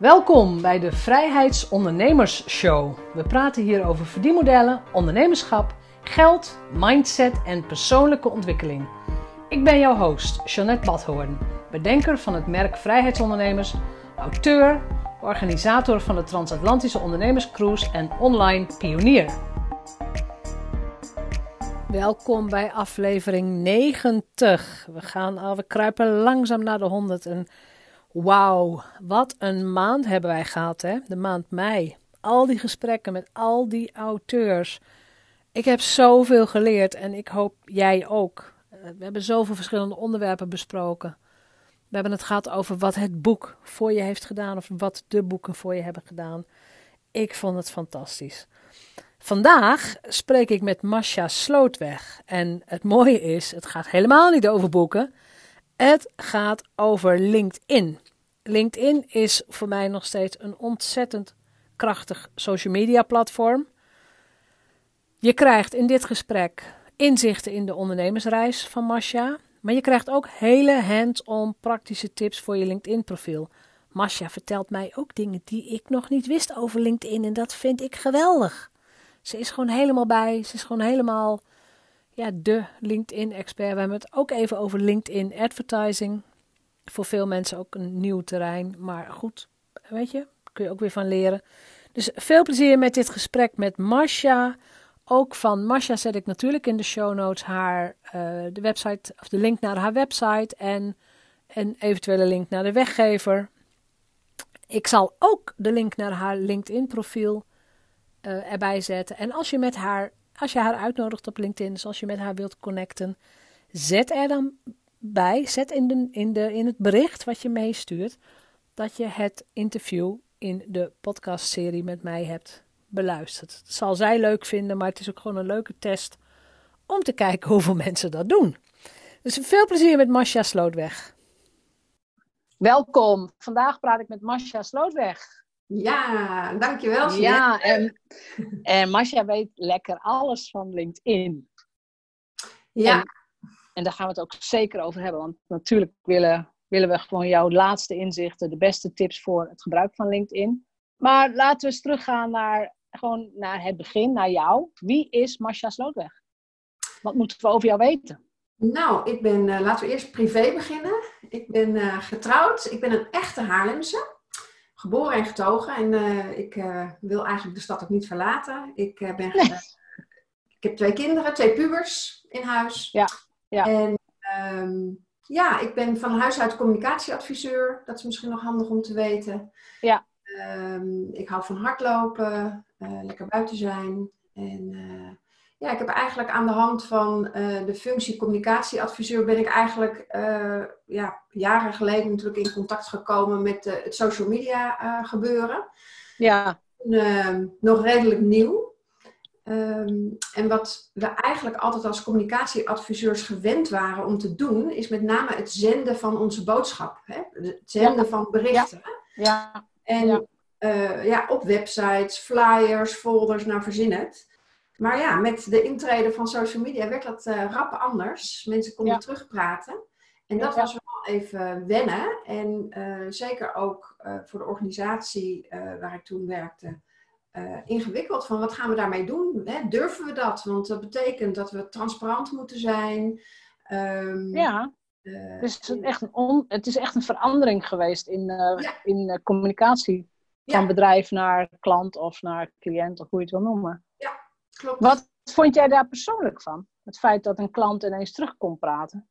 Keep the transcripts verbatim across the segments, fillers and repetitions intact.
Welkom bij de Vrijheidsondernemers Show. We praten hier over verdienmodellen, ondernemerschap, geld, mindset en persoonlijke ontwikkeling. Ik ben jouw host, Jeanette Badhoorn, bedenker van het merk Vrijheidsondernemers, auteur, organisator van de Transatlantische Ondernemerscruise en online pionier. Welkom bij aflevering negentig. We gaan al, we kruipen langzaam naar de honderd en wauw, wat een maand hebben wij gehad, hè? De maand mei. Al die gesprekken met al die auteurs. Ik heb zoveel geleerd en ik hoop jij ook. We hebben zoveel verschillende onderwerpen besproken. We hebben het gehad over wat het boek voor je heeft gedaan of wat de boeken voor je hebben gedaan. Ik vond het fantastisch. Vandaag spreek ik met Masha Slootweg. En het mooie is, het gaat helemaal niet over boeken. Het gaat over LinkedIn. LinkedIn is voor mij nog steeds een ontzettend krachtig social media platform. Je krijgt in dit gesprek inzichten in de ondernemersreis van Masha. Maar je krijgt ook hele hands-on praktische tips voor je LinkedIn profiel. Masha vertelt mij ook dingen die ik nog niet wist over LinkedIn. En dat vind ik geweldig. Ze is gewoon helemaal bij. Ze is gewoon helemaal ja, de LinkedIn-expert. We hebben het ook even over LinkedIn advertising. Voor veel mensen ook een nieuw terrein. Maar goed, weet je, daar kun je ook weer van leren. Dus veel plezier met dit gesprek met Masha. Ook van Masha zet ik natuurlijk in de show notes haar, uh, de website, of de link naar haar website en een eventuele link naar de weggever. Ik zal ook de link naar haar LinkedIn profiel uh, erbij zetten. En als je met haar, als je haar uitnodigt op LinkedIn, dus als je met haar wilt connecten, zet er dan bij, zet in, de, in, de, in het bericht wat je meestuurt, dat je het interview in de podcastserie met mij hebt beluisterd. Dat zal zij leuk vinden, maar het is ook gewoon een leuke test om te kijken hoeveel mensen dat doen. Dus veel plezier met Masha Slootweg. Welkom. Vandaag praat ik met Masha Slootweg. Ja, dankjewel. Jeanette. Ja, en, en Masha weet lekker alles van LinkedIn. Ja. En, en daar gaan we het ook zeker over hebben, want natuurlijk willen, willen we gewoon jouw laatste inzichten, de beste tips voor het gebruik van LinkedIn. Maar laten we eens teruggaan naar, gewoon naar het begin, naar jou. Wie is Masha Slootweg? Wat moeten we over jou weten? Nou, ik ben, uh, laten we eerst privé beginnen. Ik ben uh, getrouwd. Ik ben een echte Haarlemse. Geboren en getogen. En uh, ik uh, wil eigenlijk de stad ook niet verlaten. Ik, uh, ben, nee. uh, ik heb twee kinderen, twee pubers in huis. Ja, ja. En um, ja, ik ben van huis uit communicatieadviseur. Dat is misschien nog handig om te weten. Ja. Um, ik hou van hardlopen, uh, lekker buiten zijn. En uh, ja, ik heb eigenlijk aan de hand van uh, de functie communicatieadviseur ben ik eigenlijk uh, ja, jaren geleden natuurlijk in contact gekomen met uh, het social media uh, gebeuren. Ja. En, uh, nog redelijk nieuw. Um, en wat we eigenlijk altijd als communicatieadviseurs gewend waren om te doen, is met name het zenden van onze boodschap. Hè? Het zenden ja. van berichten. Ja. Ja. En ja. Uh, ja, op websites, flyers, folders, nou verzin het. Maar ja, met de intrede van social media werd dat uh, rap anders. Mensen konden ja. terugpraten. En dat ja. was wel even wennen. En uh, zeker ook uh, voor de organisatie uh, waar ik toen werkte, uh, ingewikkeld. Van wat gaan we daarmee doen? Hè? Durven we dat? Want dat betekent dat we transparant moeten zijn. Um, ja. Uh, dus het, is echt een on, het is echt een verandering geweest in, uh, ja. in uh, communicatie. Van ja. bedrijf naar klant of naar cliënt of hoe je het wil noemen. Ja, klopt. Wat vond jij daar persoonlijk van? Het feit dat een klant ineens terug kon praten.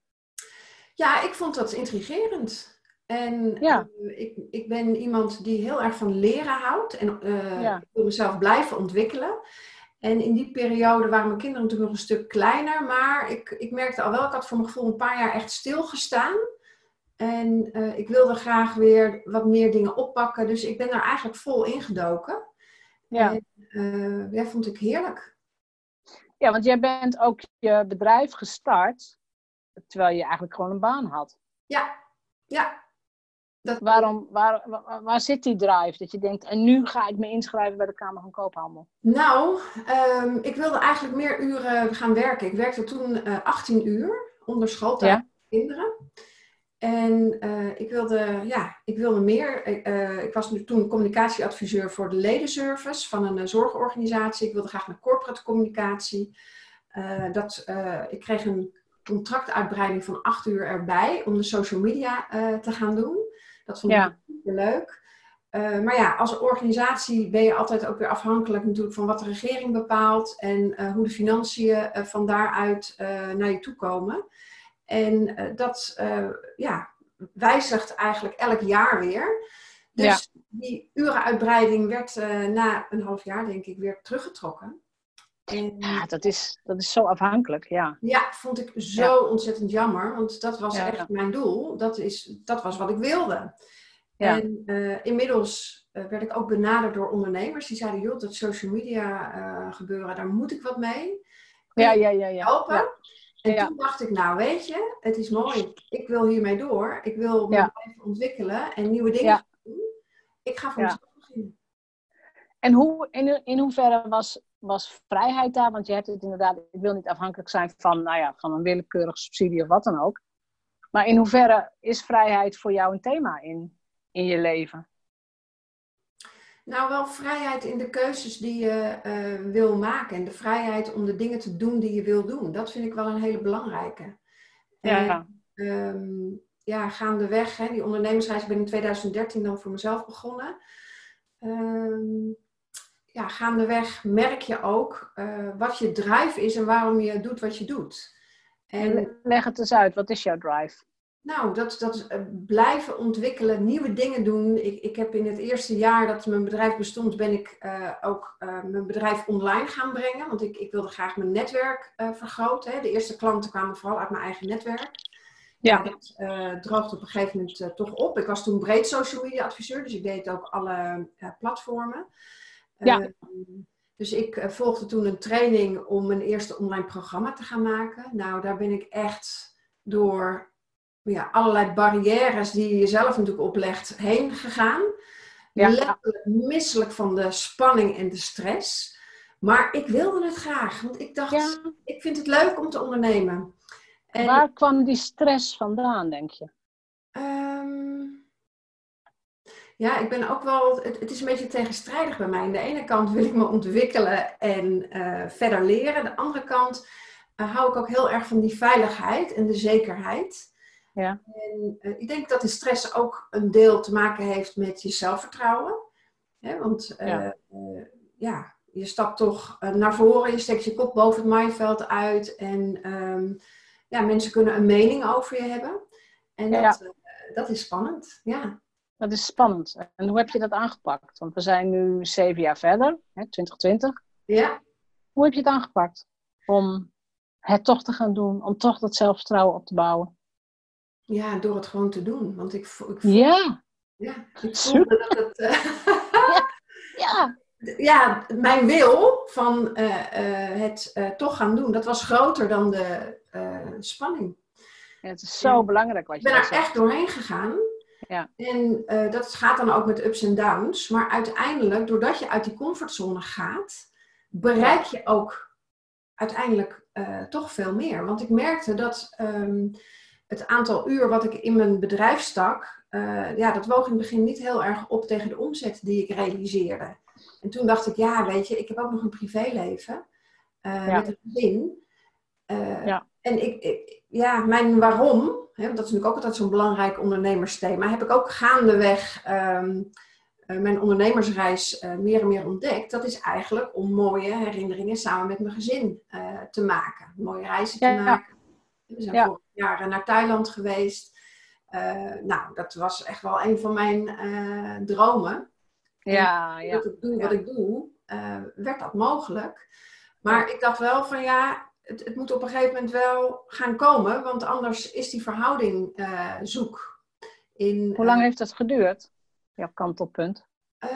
Ja, ik vond dat intrigerend. En ja. uh, ik, ik ben iemand die heel erg van leren houdt. En uh, ja. ik wil mezelf blijven ontwikkelen. En in die periode waren mijn kinderen natuurlijk nog een stuk kleiner. Maar ik, ik merkte al wel, ik had voor mijn gevoel een paar jaar echt stilgestaan. En uh, ik wilde graag weer wat meer dingen oppakken. Dus ik ben daar eigenlijk vol ingedoken. Ja. En uh, ja, vond ik heerlijk. Ja, want jij bent ook je bedrijf gestart, terwijl je eigenlijk gewoon een baan had. Ja, ja. Dat... Waarom, waar, waar, waar zit die drive? Dat je denkt, en nu ga ik me inschrijven bij de Kamer van Koophandel. Nou, um, ik wilde eigenlijk meer uren gaan werken. Ik werkte toen uh, achttien uur onder schooltijd ja. voor kinderen. En uh, ik, wilde, ja, ik wilde meer. Ik, uh, ik was nu toen communicatieadviseur voor de ledenservice van een uh, zorgorganisatie. Ik wilde graag naar corporate communicatie. Uh, dat, uh, ik kreeg een contractuitbreiding van acht uur erbij om de social media uh, te gaan doen. Dat vond ik ja. super leuk. Uh, maar ja, als organisatie ben je altijd ook weer afhankelijk natuurlijk van wat de regering bepaalt en uh, hoe de financiën uh, van daaruit uh, naar je toe komen. En uh, dat uh, ja, wijzigt eigenlijk elk jaar weer. Dus ja. die urenuitbreiding werd uh, na een half jaar denk ik weer teruggetrokken. En, ja, dat is, dat is zo afhankelijk, ja. Ja, vond ik zo ja. ontzettend jammer, want dat was ja. echt mijn doel. Dat, is, dat was wat ik wilde. Ja. En uh, inmiddels uh, werd ik ook benaderd door ondernemers. Die zeiden, joh, dat social media uh, gebeuren, daar moet ik wat mee. Kun ja, ja, ja, ja. helpen? Ja. En ja. toen dacht ik, nou weet je, het is mooi. Ik wil hiermee door. Ik wil me ja. even ontwikkelen en nieuwe dingen ja. doen. Ik ga voor mezelf ja. beginnen. En hoe, in, in hoeverre was, was vrijheid daar? Want je hebt het inderdaad, ik wil niet afhankelijk zijn van, nou ja, van een willekeurige subsidie of wat dan ook. Maar in hoeverre is vrijheid voor jou een thema in, in je leven? Nou, wel vrijheid in de keuzes die je uh, wil maken. En de vrijheid om de dingen te doen die je wil doen. Dat vind ik wel een hele belangrijke. Ja. En, um, ja, gaandeweg, hè, die ondernemersreis, ik ben in twintig dertien dan voor mezelf begonnen. Um, ja, gaandeweg merk je ook uh, wat je drive is en waarom je doet wat je doet. En, leg het eens uit, wat is jouw drive? Nou, dat, dat uh, blijven ontwikkelen, nieuwe dingen doen. Ik, ik heb in het eerste jaar dat mijn bedrijf bestond, ben ik uh, ook uh, mijn bedrijf online gaan brengen. Want ik, ik wilde graag mijn netwerk uh, vergroten. Hè. De eerste klanten kwamen vooral uit mijn eigen netwerk. Ja. Ja, dat uh, droogde op een gegeven moment uh, toch op. Ik was toen breed social media adviseur, dus ik deed ook alle uh, platformen. Uh, ja. Dus ik uh, volgde toen een training om mijn eerste online programma te gaan maken. Nou, daar ben ik echt door... Ja, allerlei barrières die je jezelf natuurlijk oplegt, heen gegaan. Ja. Letterlijk misselijk van de spanning en de stress. Maar ik wilde het graag, want ik dacht, ja. ik vind het leuk om te ondernemen. En, waar kwam die stress vandaan, denk je? Um, ja, ik ben ook wel, het, het is een beetje tegenstrijdig bij mij. Aan de ene kant wil ik me ontwikkelen en uh, verder leren. Aan de andere kant uh, hou ik ook heel erg van die veiligheid en de zekerheid. Ja. En uh, ik denk dat de stress ook een deel te maken heeft met je zelfvertrouwen. Hè, want uh, ja. Uh, ja, je stapt toch uh, naar voren, je steekt je kop boven het maaiveld uit. En um, ja, mensen kunnen een mening over je hebben. En dat, ja. uh, dat is spannend, ja. Dat is spannend. En hoe heb je dat aangepakt? Want we zijn nu zeven jaar verder, hè, twintig twintig. Ja. Hoe heb je het aangepakt om het toch te gaan doen, om toch dat zelfvertrouwen op te bouwen? Ja, door het gewoon te doen. Want ik, ik voelde, ja. Ja, ik voelde dat het... Uh, ja. ja. Ja, mijn wil van uh, uh, het uh, toch gaan doen, dat was groter dan de uh, spanning. Ja, het is zo ja. belangrijk wat je zegt. Ik ben er echt doorheen gegaan. Ja. En uh, dat gaat dan ook met ups en downs. Maar uiteindelijk, doordat je uit die comfortzone gaat, bereik je ook uiteindelijk uh, toch veel meer. Want ik merkte dat... Um, Het aantal uur wat ik in mijn bedrijf stak, uh, ja, dat woog in het begin niet heel erg op tegen de omzet die ik realiseerde. En toen dacht ik, ja, weet je, ik heb ook nog een privéleven uh, ja. met een gezin. Uh, ja. En ik, ik, ja, mijn waarom, hè, want dat is natuurlijk ook altijd zo'n belangrijk ondernemersthema, heb ik ook gaandeweg um, uh, mijn ondernemersreis uh, meer en meer ontdekt. Dat is eigenlijk om mooie herinneringen samen met mijn gezin uh, te maken. Mooie reizen te ja. maken. We zijn ja. vorig jaar naar Thailand geweest. Uh, nou, dat was echt wel een van mijn uh, dromen. Ja, en ja. Dat ik doe ja. wat ik doe, uh, werd dat mogelijk. Maar ja. ik dacht wel van ja, het, het moet op een gegeven moment wel gaan komen. Want anders is die verhouding uh, zoek. In, Hoe lang uh, heeft dat geduurd? Jouw kantelpunt? Uh,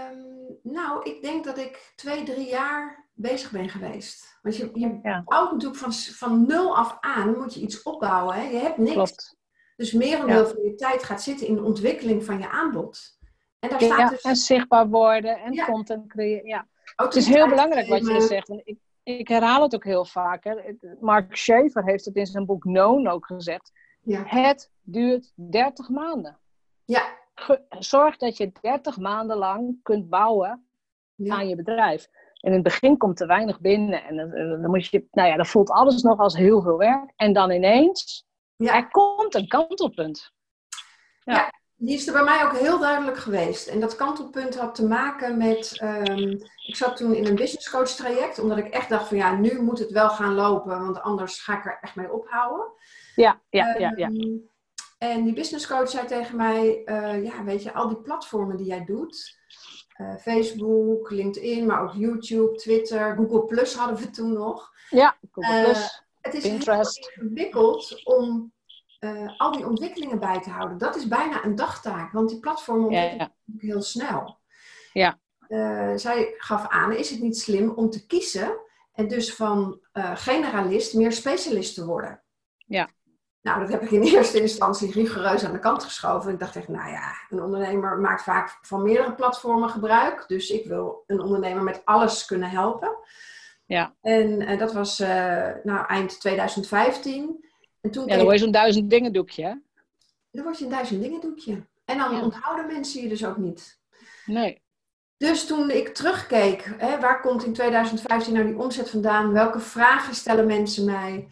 nou, ik denk dat ik twee, drie jaar bezig ben geweest. Want je, je ja. bouwt natuurlijk van, van nul af aan, moet je iets opbouwen. Hè? Je hebt niks. Klopt. Dus merendeel ja. van je tijd gaat zitten in de ontwikkeling van je aanbod. En daar staat ja, dus... en zichtbaar worden en ja. content creëren. Ja. Het is heel belangrijk wat je zegt. En ik, ik herhaal het ook heel vaak. Hè. Mark Schaefer heeft het in zijn boek Known ook gezegd. Ja. Het duurt dertig maanden. Ja. Zorg dat je dertig maanden lang kunt bouwen Ja. aan je bedrijf. En in het begin komt er weinig binnen. En dan, dan moet je, nou ja, dan voelt alles nog als heel veel werk. En dan ineens, Ja. er komt een kantelpunt. Ja. Ja, die is er bij mij ook heel duidelijk geweest. En dat kantelpunt had te maken met... Um, ik zat toen in een business coach traject. Omdat ik echt dacht van ja, nu moet het wel gaan lopen. Want anders ga ik er echt mee ophouden. Ja, ja, ja. ja. Um, en die business coach zei tegen mij... Uh, ja, weet je, al die platformen die jij doet... Uh, Facebook, LinkedIn, maar ook YouTube, Twitter, Google Plus hadden we toen nog. Ja, Google Plus, uh, het is Pinterest. heel ingewikkeld om uh, al die ontwikkelingen bij te houden. Dat is bijna een dagtaak, want die platformen ontwikkelen ja, ja. heel snel. Ja. Uh, zij gaf aan, is het niet slim om te kiezen en dus van uh, generalist meer specialist te worden? Ja. Nou, dat heb ik in eerste instantie rigoureus aan de kant geschoven. Ik dacht echt, nou ja, een ondernemer maakt vaak van meerdere platformen gebruik. Dus ik wil een ondernemer met alles kunnen helpen. Ja. En uh, dat was uh, nou, eind twintig vijftien. En toen ja, dan word je zo'n duizend dingen doekje, hè? Dan word je een duizend dingen doekje. En dan ja. onthouden mensen je dus ook niet. Nee. Dus toen ik terugkeek, hè, waar komt in twintig vijftien nou die omzet vandaan? Welke vragen stellen mensen mij?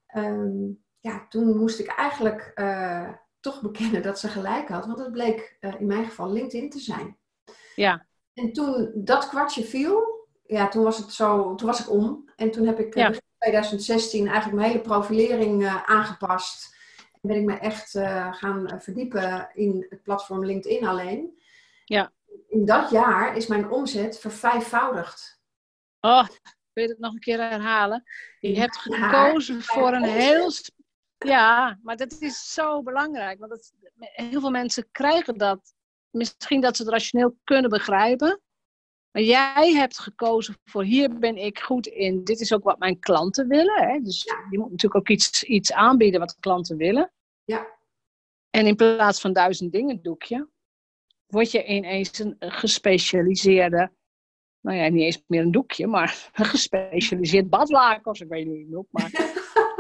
Um, Ja, toen moest ik eigenlijk uh, toch bekennen dat ze gelijk had. Want het bleek uh, in mijn geval LinkedIn te zijn. Ja. En toen dat kwartje viel, ja, toen was het zo, toen was ik om. En toen heb ik uh, ja. in twintig zestien eigenlijk mijn hele profilering uh, aangepast. En ben ik me echt uh, gaan verdiepen in het platform LinkedIn alleen. Ja. In dat jaar is mijn omzet vervijfvoudigd. Oh, wil je het nog een keer herhalen? Je hebt gekozen ja, voor een heel... Ja, maar dat is zo belangrijk. Want dat, heel veel mensen krijgen dat. Misschien dat ze het rationeel kunnen begrijpen. Maar jij hebt gekozen voor hier ben ik goed in. Dit is ook wat mijn klanten willen. Hè? Dus ja. je moet natuurlijk ook iets, iets aanbieden wat klanten willen. Ja. En in plaats van duizend dingen doekje, word je ineens een gespecialiseerde... Nou ja, niet eens meer een doekje, maar een gespecialiseerd badlaken. Of ik weet niet hoe je het noemt, maar...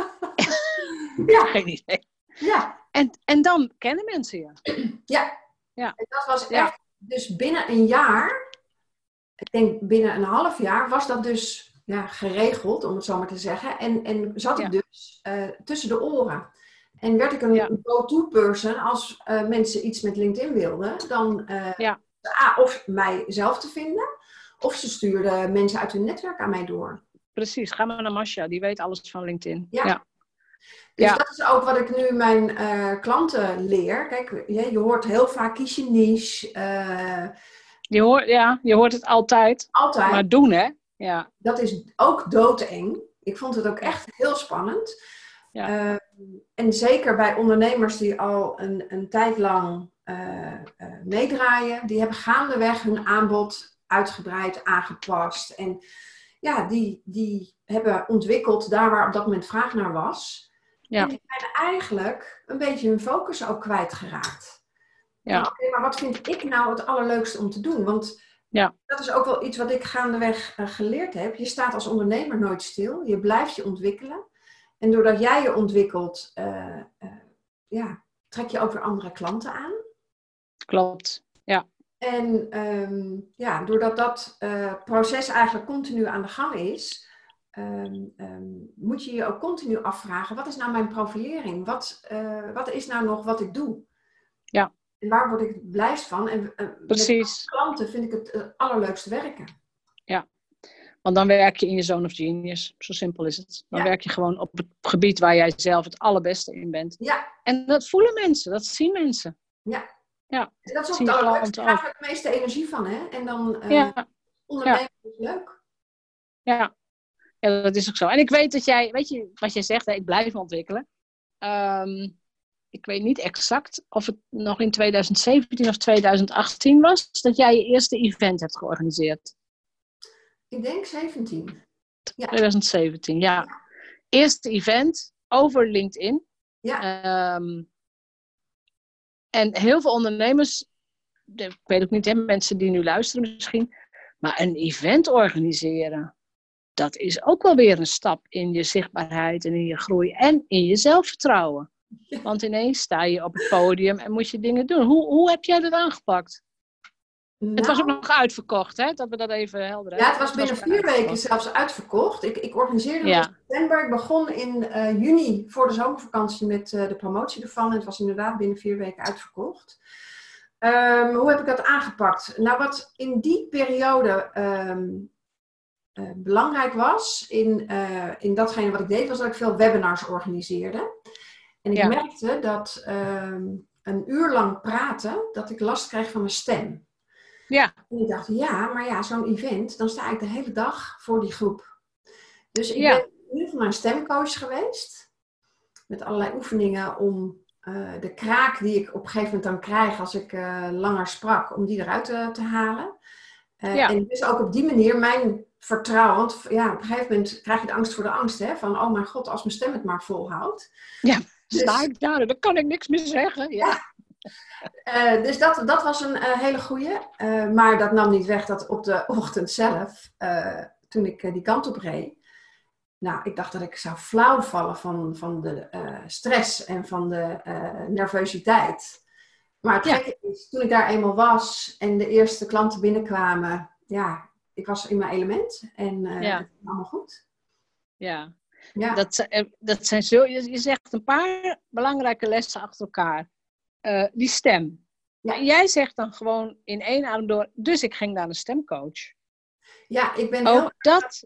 Ja. Geen idee. Ja. En, en dan kennen mensen je. Ja. Ja. En dat was echt, ja. dus binnen een jaar, ik denk binnen een half jaar, was dat dus ja, geregeld, om het zo maar te zeggen. En, en zat ik ja. dus uh, tussen de oren. En werd ik een ja. go-to person als uh, mensen iets met LinkedIn wilden, dan uh, ja. A, of mij zelf te vinden, of ze stuurden mensen uit hun netwerk aan mij door. Precies, ga maar naar Masha, die weet alles van LinkedIn. Ja. ja. Dus ja. dat is ook wat ik nu mijn uh, klanten leer. Kijk, je, je hoort heel vaak kies je niche. Uh, je, hoort, ja, je hoort het altijd. Altijd. Maar doen, hè? Ja. Dat is ook doodeng. Ik vond het ook echt heel spannend. Ja. Uh, en zeker bij ondernemers die al een, een tijd lang uh, uh, meedraaien. Die hebben gaandeweg hun aanbod uitgebreid, aangepast. En ja, die, die hebben ontwikkeld daar waar op dat moment vraag naar was. Ja. En die zijn eigenlijk een beetje hun focus ook kwijtgeraakt. Ja. Nou, okay, maar wat vind ik nou het allerleukste om te doen? Want ja. dat is ook wel iets wat ik gaandeweg uh, geleerd heb. Je staat als ondernemer nooit stil. Je blijft je ontwikkelen. En doordat jij je ontwikkelt, uh, uh, ja, trek je ook weer andere klanten aan. Klopt, ja. En um, ja, doordat dat uh, proces eigenlijk continu aan de gang is... Um, um, moet je je ook continu afvragen, wat is nou mijn profilering? Wat, uh, wat is nou nog wat ik doe? Ja. En waar word ik het blijst van? En uh, Precies. Met klanten vind ik het uh, allerleukste werken. Ja, want dan werk je in je zone of genius. Zo simpel is het. Dan ja. werk je gewoon op het gebied waar jij zelf het allerbeste in bent. Ja. En dat voelen mensen, dat zien mensen. Ja. Ja. En dat is ook het allerleukste. Daar krijg je het meeste energie van, hè? En dan uh, ja. ondernemen ja. is leuk. Ja. Ja, dat is ook zo. En ik weet dat jij, weet je wat jij zegt, hè, ik blijf ontwikkelen. Um, ik weet niet exact of het nog in twintig zeventien of twintig achttien was, dat jij je eerste event hebt georganiseerd. Ik denk zeventien. Ja. twintig zeventien, ja. ja. Eerste event over LinkedIn. Ja. Um, en heel veel ondernemers, ik weet ook niet, hè, mensen die nu luisteren misschien, maar een event organiseren. Dat is ook wel weer een stap in je zichtbaarheid en in je groei en in je zelfvertrouwen. Want ineens sta je op het podium en moet je dingen doen. Hoe, hoe heb jij dat aangepakt? Nou, het was ook nog uitverkocht, hè? Dat we dat even helder hebben. Ja, het was binnen het was vier weken zelfs uitverkocht. Ik, ik organiseerde ja. het in september. Ik begon in uh, juni voor de zomervakantie met uh, de promotie ervan. En het was inderdaad binnen vier weken uitverkocht. Um, hoe heb ik dat aangepakt? Nou, wat in die periode um, uh, belangrijk was, in, uh, in datgene wat ik deed, was dat ik veel webinars organiseerde. En ik ja. merkte dat um, een uur lang praten, dat ik last kreeg van mijn stem. Ja. En ik dacht, ja, maar ja, zo'n event, dan sta ik de hele dag voor die groep. Dus ik ja. ben in ieder geval naar een stemcoach geweest. Met allerlei oefeningen om uh, de kraak die ik op een gegeven moment dan krijg als ik uh, langer sprak, om die eruit te, te halen. Uh, ja. En dus ook op die manier mijn vertrouwen. Want ja, op een gegeven moment krijg je de angst voor de angst. Hè? Van, oh mijn god, als mijn stem het maar volhoudt. Ja, dus, sta ik daar, dan kan ik niks meer zeggen. Ja. ja. Uh, dus dat, dat was een uh, hele goeie. Uh, maar dat nam niet weg dat op de ochtend zelf, uh, toen ik uh, die kant op reed, nou, ik dacht dat ik zou flauw vallen van, van de uh, stress en van de uh, nervositeit. Maar het gekke ja. is, toen ik daar eenmaal was en de eerste klanten binnenkwamen, ja, ik was in mijn element en uh, ja. het ging allemaal goed. Ja, ja. Dat, dat zijn zo, je zegt een paar belangrijke lessen achter elkaar. Uh, die stem. Ja. En jij zegt dan gewoon in één adem door, dus ik ging naar een stemcoach. Ja, ik ben ook heel... dat,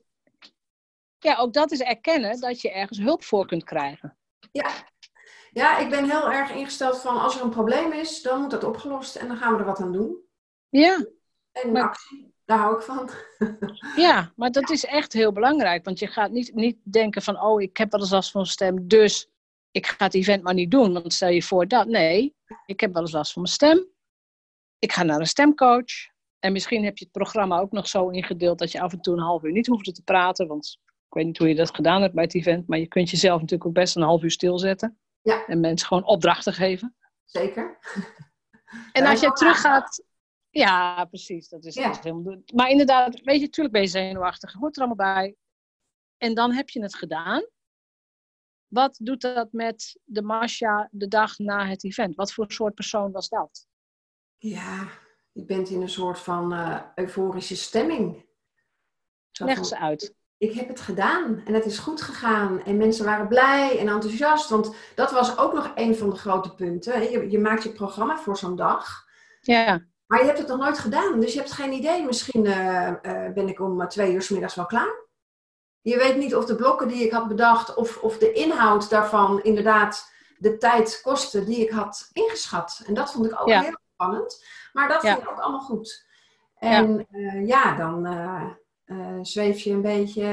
ja, ook dat is erkennen dat je ergens hulp voor kunt krijgen. Ja. ja, ik ben heel erg ingesteld van als er een probleem is, dan moet dat opgelost en dan gaan we er wat aan doen. Ja. En maar... actie, daar hou ik van. Ja, maar dat is echt heel belangrijk, want je gaat niet, niet denken van, oh, ik heb wel eens last van mijn stem, dus ik ga het event maar niet doen, want stel je voor dat. Nee, ik heb wel eens last van mijn stem. Ik ga naar een stemcoach. En misschien heb je het programma ook nog zo ingedeeld dat je af en toe een half uur niet hoefde te praten. Want ik weet niet hoe je dat gedaan hebt bij het event. Maar je kunt jezelf natuurlijk ook best een half uur stilzetten. Ja. En mensen gewoon opdrachten geven. Zeker. En als je teruggaat... Ja, precies. Dat is, ja. dat is helemaal... Maar inderdaad, weet je, natuurlijk ben je zenuwachtig. Hoort er allemaal bij. En dan heb je het gedaan. Wat doet dat met de Masha de dag na het event? Wat voor soort persoon was dat? Ja, je bent in een soort van uh, euforische stemming. Zo Leg ze uit. Ik heb het gedaan en het is goed gegaan. En mensen waren blij en enthousiast. Want dat was ook nog een van de grote punten. Je, je maakt je programma voor zo'n dag. Ja. Maar je hebt het nog nooit gedaan. Dus je hebt geen idee. Misschien uh, uh, ben ik om twee uur 's middags wel klaar. Je weet niet of de blokken die ik had bedacht, of, of de inhoud daarvan inderdaad de tijd kostte die ik had ingeschat. En dat vond ik ook ja. heel spannend. Maar dat ging ja. ook allemaal goed. En ja, uh, ja dan uh, uh, zweef je een beetje.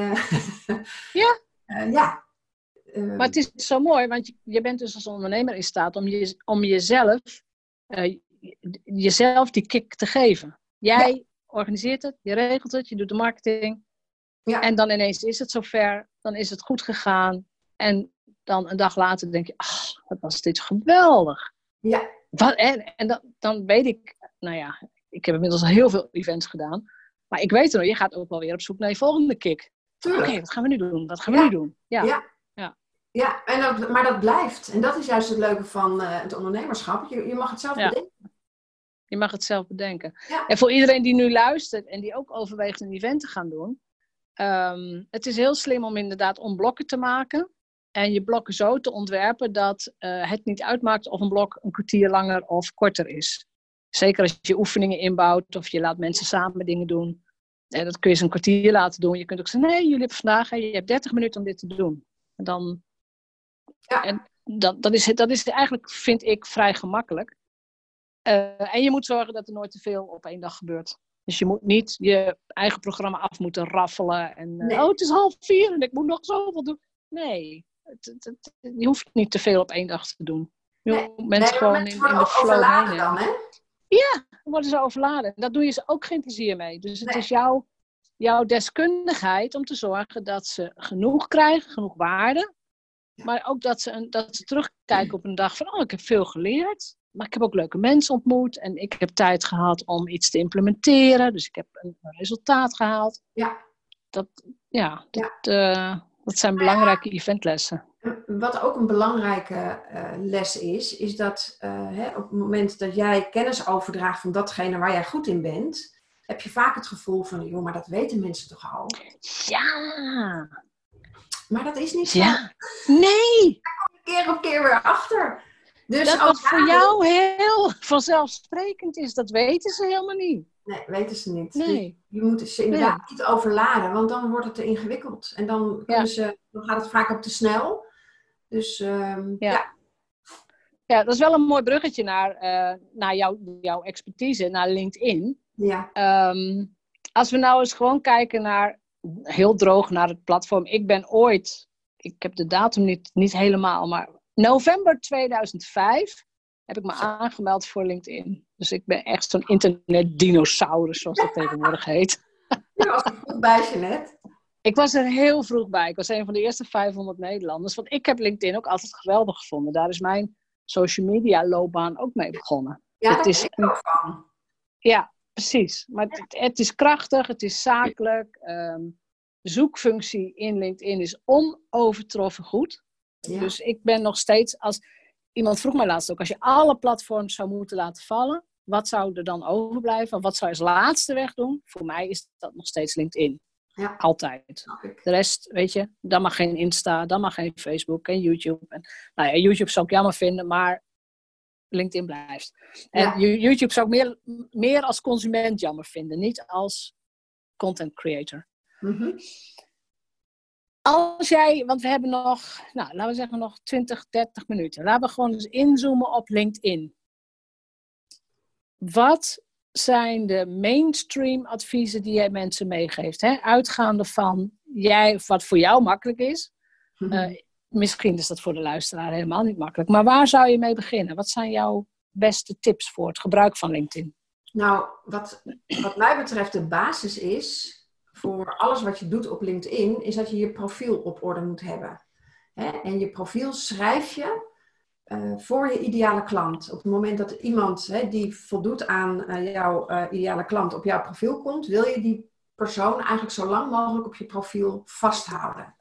ja. Uh, ja. Uh, maar het is zo mooi, want je, je bent dus als ondernemer in staat om, je, om jezelf, uh, jezelf die kick te geven. Jij ja. organiseert het, je regelt het, je doet de marketing. Ja. En dan ineens is het zover, dan is het goed gegaan. En dan een dag later denk je, ach, wat was dit geweldig. Ja. Wat, en en dan, dan weet ik, nou ja, ik heb inmiddels al heel veel events gedaan. Maar ik weet er nog, je gaat ook wel weer op zoek naar je volgende kick. Oké, okay, wat gaan we nu doen? Wat gaan we ja. nu doen? Ja, ja. ja. ja en dat, maar dat blijft. En dat is juist het leuke van uh, het ondernemerschap. Je, je mag het zelf ja. bedenken. Je mag het zelf bedenken. Ja. En voor iedereen die nu luistert en die ook overweegt een event te gaan doen. Um, het is heel slim om inderdaad om blokken te maken. En je blokken zo te ontwerpen dat uh, het niet uitmaakt of een blok een kwartier langer of korter is. Zeker als je oefeningen inbouwt of je laat mensen samen dingen doen. En dat kun je ze een kwartier laten doen. Je kunt ook zeggen, nee, jullie hebben vandaag, je hebt dertig minuten om dit te doen. En dan, ja. en dat, dat, is, dat is eigenlijk, vind ik, vrij gemakkelijk. Uh, en je moet zorgen dat er nooit te veel op één dag gebeurt. Dus je moet niet je eigen programma af moeten raffelen. En uh, nee. oh, het is half vier en ik moet nog zoveel doen. Nee, het, het, het, je hoeft niet te veel op één dag te doen. Je nee. moet mensen nee, gewoon in, in de flow meenemen. Dan, hè? Ja, dan worden ze overladen. Daar doe je ze ook geen plezier mee. Dus het nee. is jouw, jouw deskundigheid om te zorgen dat ze genoeg krijgen, genoeg waarde. Ja. Maar ook dat ze, een, dat ze terugkijken op een dag van, oh, ik heb veel geleerd. Maar ik heb ook leuke mensen ontmoet. En ik heb tijd gehad om iets te implementeren. Dus ik heb een, een resultaat gehaald. Ja. Dat, ja, dat, ja. Uh, dat zijn belangrijke ja. eventlessen. Wat ook een belangrijke uh, les is, is dat uh, hè, op het moment dat jij kennis overdraagt van datgene waar jij goed in bent, heb je vaak het gevoel van, joh, maar dat weten mensen toch al? Ja. Maar dat is niet zo. Ja. Nee. Daar kom je keer op keer weer achter. Dus dat wat voor jou heel vanzelfsprekend is, dat weten ze helemaal niet. Nee, weten ze niet. Nee. Je, je moet ze inderdaad nee. niet overladen, want dan wordt het te ingewikkeld. En dan, Ja. ze, dan gaat het vaak ook te snel. Dus um, ja. ja. Ja, dat is wel een mooi bruggetje naar, uh, naar jou, jouw expertise, naar LinkedIn. Ja. Um, als we nou eens gewoon kijken naar, heel droog naar het platform. Ik ben ooit, ik heb de datum niet, niet helemaal, maar november tweeduizend vijf heb ik me aangemeld voor LinkedIn. Dus ik ben echt zo'n internetdinosaurus, zoals dat tegenwoordig heet. Je was er goed bij, Jeanette. Ik was er heel vroeg bij. Ik was een van de eerste vijfhonderd Nederlanders. Want ik heb LinkedIn ook altijd geweldig gevonden. Daar is mijn social media loopbaan ook mee begonnen. Ja, het daar is ben ik ook van. Ja, precies. Maar het, het is krachtig, het is zakelijk. Um, de zoekfunctie in LinkedIn is onovertroffen goed. Ja. Dus ik ben nog steeds, als iemand vroeg mij laatst ook, als je alle platforms zou moeten laten vallen, wat zou er dan overblijven? Wat zou je als laatste wegdoen? Voor mij is dat nog steeds LinkedIn. Ja. Altijd. De rest, weet je, dan mag geen Insta, dan mag geen Facebook en YouTube. En, nou ja, YouTube zou ik jammer vinden, maar LinkedIn blijft. En ja. YouTube zou ik meer, meer als consument jammer vinden, niet als content creator. Mm-hmm. Als jij, want we hebben nog, nou, laten we zeggen nog twintig, dertig minuten. Laten we gewoon eens inzoomen op LinkedIn. Wat zijn de mainstream adviezen die jij mensen meegeeft? Hè? Uitgaande van jij, wat voor jou makkelijk is. Mm-hmm. Uh, misschien is dat voor de luisteraar helemaal niet makkelijk. Maar waar zou je mee beginnen? Wat zijn jouw beste tips voor het gebruik van LinkedIn? Nou, wat, wat mij betreft de basis is voor alles wat je doet op LinkedIn, is dat je je profiel op orde moet hebben. Hè? En je profiel schrijf je uh, voor je ideale klant. Op het moment dat iemand hè, die voldoet aan uh, jouw uh, ideale klant op jouw profiel komt, wil je die persoon eigenlijk zo lang mogelijk op je profiel vasthouden.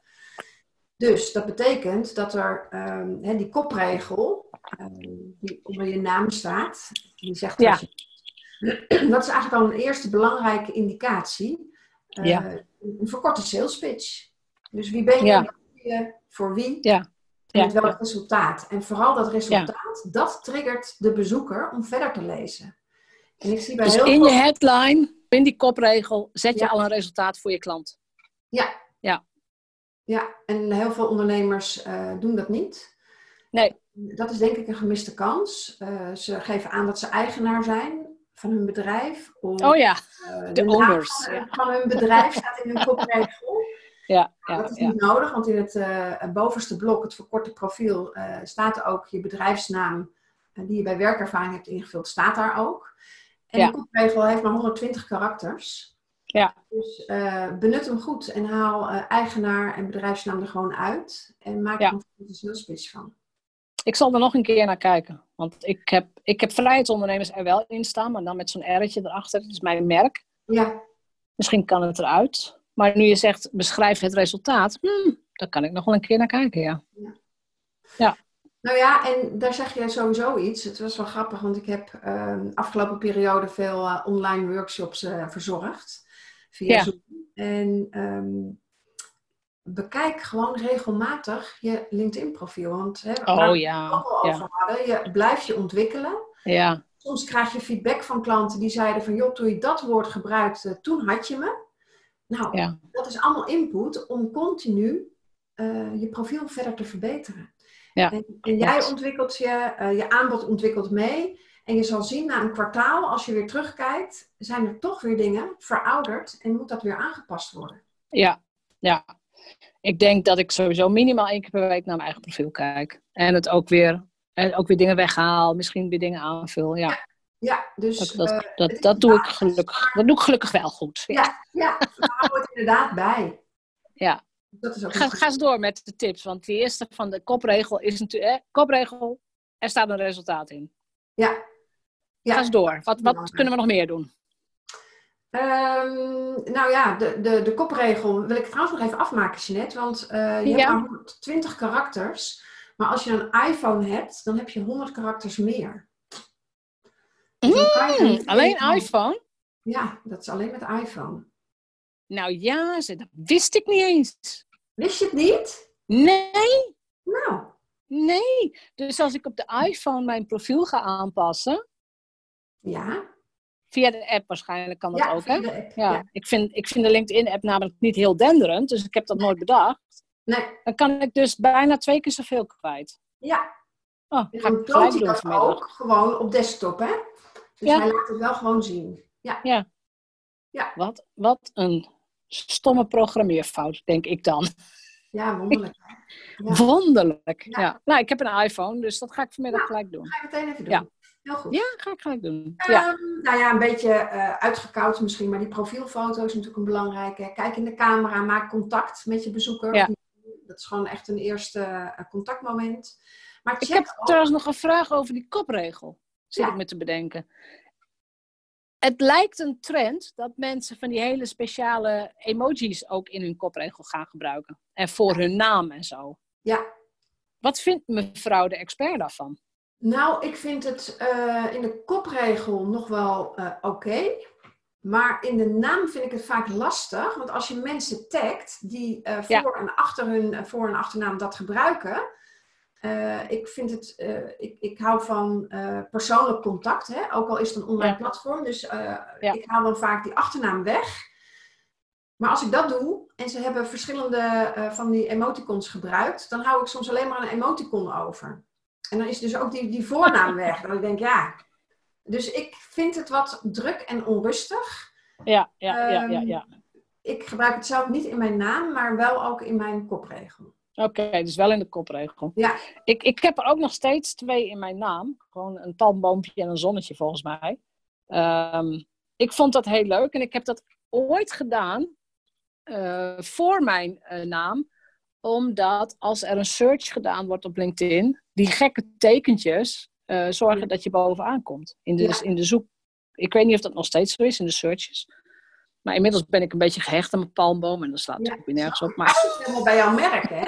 Dus dat betekent dat er um, hè, die kopregel um, die onder je naam staat, die zegt ja. dat je, dat is eigenlijk al een eerste belangrijke indicatie. Uh, ja. Een verkorte sales pitch. Dus wie ben je, ja. je voor wie ja. en met ja. welk resultaat. En vooral dat resultaat, ja. dat triggert de bezoeker om verder te lezen. En ik zie bij dus heel in veel... je headline, in die kopregel, zet je ja. al een resultaat voor je klant. Ja. Ja. Ja, en heel veel ondernemers uh, doen dat niet. Nee. Dat is denk ik een gemiste kans. Uh, ze geven aan dat ze eigenaar zijn van hun bedrijf. Of, oh ja, uh, de, de owners. Naam ja. van hun bedrijf staat in hun kopregel. Ja, ja, dat is ja. niet nodig, want in het uh, bovenste blok, het verkorte profiel, uh, staat ook je bedrijfsnaam uh, die je bij werkervaring hebt ingevuld, staat daar ook. En ja. de kopregel heeft maar honderdtwintig karakters. Ja. Dus uh, benut hem goed en haal uh, eigenaar en bedrijfsnaam er gewoon uit. En maak ja. er een sales pitch van. Ik zal er nog een keer naar kijken. Want ik heb, ik heb vrijheidsondernemers er wel in staan, maar dan met zo'n R'tje erachter. Dat is mijn merk. Ja. Misschien kan het eruit. Maar nu je zegt, beschrijf het resultaat. Hmm, daar kan ik nog wel een keer naar kijken, ja. ja. Ja. Nou ja, en daar zeg je sowieso iets. Het was wel grappig, want ik heb uh, afgelopen periode veel uh, online workshops uh, verzorgd. Via ja. Zoom. En um, bekijk gewoon regelmatig je LinkedIn profiel. Want hè, oh, waar we ja. het al over ja. hadden, je blijft je ontwikkelen. Ja. Soms krijg je feedback van klanten die zeiden van joh, toen je dat woord gebruikte, toen had je me. Nou, ja. dat is allemaal input om continu uh, je profiel verder te verbeteren. Ja. En, en jij ontwikkelt je, uh, je aanbod ontwikkelt mee. En je zal zien na een kwartaal, als je weer terugkijkt, zijn er toch weer dingen verouderd en moet dat weer aangepast worden. Ja, ja. Ik denk dat ik sowieso minimaal één keer per week naar mijn eigen profiel kijk. En het ook weer, en ook weer dingen weghaal, misschien weer dingen aanvul. Ja, ja, ja dus dat, dat, uh, dat, dat doe ik gelukkig. Dat doe ik gelukkig wel goed. Ja, ja, ja hou het inderdaad bij. Ja. Dat is ook ga, ga eens door met de tips, want die eerste van de kopregel is natuurlijk, eh, kopregel, er staat een resultaat in. Ja. ja. Ga eens door. Wat, wat kunnen we nog meer doen? Um, nou ja, de, de, de kopregel wil ik trouwens nog even afmaken, Jeanette. Want uh, je ja. hebt maar honderdtwintig karakters. Maar als je een iPhone hebt, dan heb je honderd karakters meer. Dus dan kan je mm, alleen van... iPhone? Ja, dat is alleen met iPhone. Nou ja, dat wist ik niet eens. Wist je het niet? Nee. Nou. Nee. Dus als ik op de iPhone mijn profiel ga aanpassen... Ja. Via de app waarschijnlijk kan dat ja, ook, via hè? De app, ja. ja. Ik, vind, ik vind de LinkedIn-app namelijk niet heel denderend, dus ik heb dat nooit bedacht. Nee. Dan kan ik dus bijna twee keer zoveel kwijt. Ja. Oh, en ga dan ik toont hij doen dat vanmiddag. ook gewoon op desktop, hè? Dus ja. hij laat het wel gewoon zien. Ja. Ja. ja. Wat, wat een stomme programmeerfout, denk ik dan. Ja, wonderlijk. Ja. Wonderlijk, ja. ja. Nou, ik heb een iPhone, dus dat ga ik vanmiddag nou, gelijk doen. Ga ik meteen even doen. Ja. Heel goed. Ja, ga ik gelijk doen. Um, ja. Nou ja, een beetje uh, uitgekoud misschien, maar die profielfoto is natuurlijk een belangrijke. Kijk in de camera, maak contact met je bezoeker. Ja. Dat is gewoon echt een eerste uh, contactmoment. Maar check ik heb ook... trouwens nog een vraag over die kopregel. Zit ja. ik me te bedenken. Het lijkt een trend dat mensen van die hele speciale emojis ook in hun kopregel gaan gebruiken. En voor hun naam en zo. Ja. Wat vindt mevrouw de expert daarvan? Nou, ik vind het uh, in de kopregel nog wel uh, oké. Okay. Maar in de naam vind ik het vaak lastig. Want als je mensen tagt die uh, voor, ja. en achter hun uh, voor- en achternaam dat gebruiken. Uh, ik vind het, uh, ik, ik hou van uh, persoonlijk contact. Hè? Ook al is het een online ja. platform. Dus uh, ja. ik haal dan vaak die achternaam weg. Maar als ik dat doe en ze hebben verschillende uh, van die emoticons gebruikt. Dan hou ik soms alleen maar een emoticon over. En dan is dus ook die, die voornaam weg. Dan denk ik, ja. Dus ik vind het wat druk en onrustig. Ja, ja, um, ja, ja, ja. Ik gebruik het zelf niet in mijn naam, maar wel ook in mijn kopregel. Oké, okay, dus wel in de kopregel. Ja. Ik, ik heb er ook nog steeds twee in mijn naam. Gewoon een palmboompje en een zonnetje volgens mij. Um, ik vond dat heel leuk. En ik heb dat ooit gedaan uh, voor mijn uh, naam. Omdat als er een search gedaan wordt op LinkedIn, die gekke tekentjes uh, zorgen ja. dat je bovenaan komt. In de, ja. in de zoek. Ik weet niet of dat nog steeds zo is in de searches. Maar inmiddels ben ik een beetje gehecht aan mijn palmboom. En dan slaat het ja. ook weer nergens op. Maar... Dat is helemaal bij jouw merk, hè?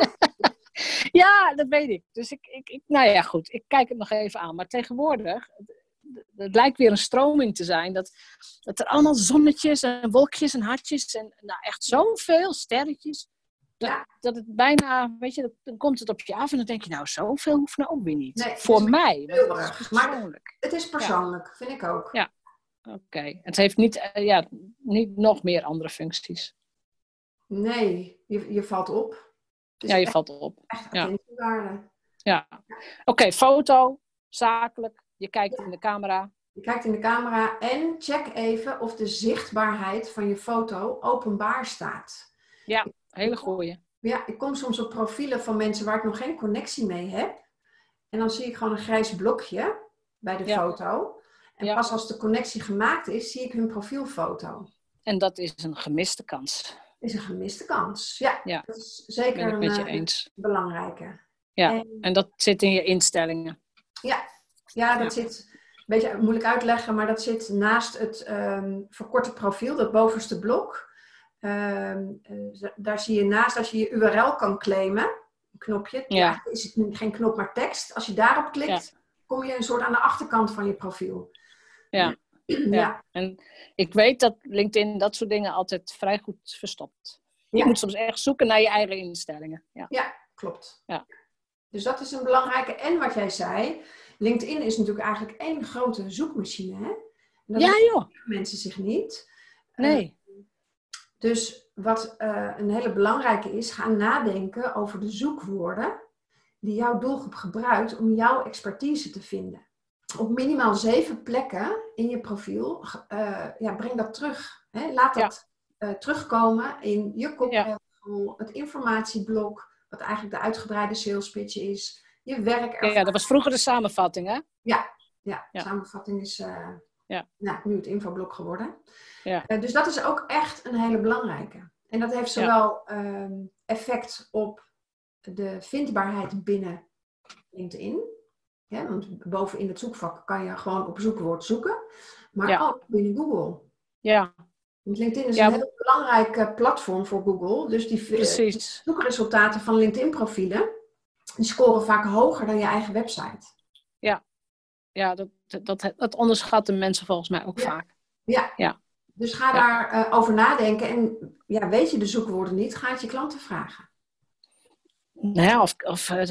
Ja, dat weet ik. Dus ik, ik, ik, nou ja, goed. Ik kijk het nog even aan. Maar tegenwoordig, het, het lijkt weer een stroming te zijn. Dat, dat er allemaal zonnetjes en wolkjes en hartjes. En nou echt zoveel sterretjes. Dat, ja. dat het bijna, weet je, dat, dan komt het op je af. En dan denk je, nou, zoveel hoeft nou ook weer niet. Nee, Voor mij. Heel erg. Maar het is persoonlijk, ja. vind ik ook. Ja. Oké, okay. Het heeft niet, uh, ja, niet nog meer andere functies. Nee, je, je valt op. Ja, je echt, valt op. Echt attentiewaarde. Ja. ja. Oké, okay, foto, zakelijk, je kijkt ja. in de camera. Je kijkt in de camera en check even of de zichtbaarheid van je foto openbaar staat. Ja, hele goeie. Ja, ik kom soms op profielen van mensen waar ik nog geen connectie mee heb. En dan zie ik gewoon een grijs blokje bij de ja. foto. En ja. pas als de connectie gemaakt is, zie ik hun profielfoto. En dat is een gemiste kans. Is een gemiste kans, ja. ja. Dat is zeker ben ik met je een eens. belangrijke. Ja, en, en dat zit in je instellingen. Ja, ja dat ja. zit, een beetje moeilijk uitleggen, maar dat zit naast het um, verkorte profiel, dat bovenste blok. Um, uh, daar zie je naast, als je je U R L kan claimen, een knopje. Ja. Ja, is het geen knop, maar tekst. Als je daarop klikt, ja. kom je een soort aan de achterkant van je profiel. Ja. Ja. ja, en ik weet dat LinkedIn dat soort dingen altijd vrij goed verstopt. Je ja. moet soms echt zoeken naar je eigen instellingen. Ja, ja klopt. Ja. Dus dat is een belangrijke. En wat jij zei, LinkedIn is natuurlijk eigenlijk één grote zoekmachine. Hè? En dat ja joh. Mensen zich niet. Nee. Uh, dus wat uh, een hele belangrijke is, ga nadenken over de zoekwoorden die jouw doelgroep gebruikt om jouw expertise te vinden. Op minimaal zeven plekken in je profiel, uh, ja, breng dat terug. Hè? Laat dat ja. uh, terugkomen in je kopregel, ja. het informatieblok, wat eigenlijk de uitgebreide sales pitch is, je werkervaring. Ja, dat was vroeger de samenvatting, hè? Ja, ja. ja. samenvatting is uh, ja. nou, nu het infoblok geworden. Ja. Uh, dus dat is ook echt een hele belangrijke. En dat heeft zowel ja. um, effect op de vindbaarheid binnen LinkedIn. Ja, want bovenin het zoekvak kan je gewoon op zoekwoord zoeken. Maar ja. ook binnen Google. Ja. LinkedIn is Ja, een heel belangrijk uh, platform voor Google. Dus die uh, zoekresultaten van LinkedIn-profielen, die scoren vaak hoger dan je eigen website. Ja, ja dat, dat, dat onderschatten mensen volgens mij ook ja. vaak. Ja. ja, dus ga ja. daar uh, over nadenken. En ja, weet je de zoekwoorden niet, ga het je klanten vragen. Nou ja, of, of uh,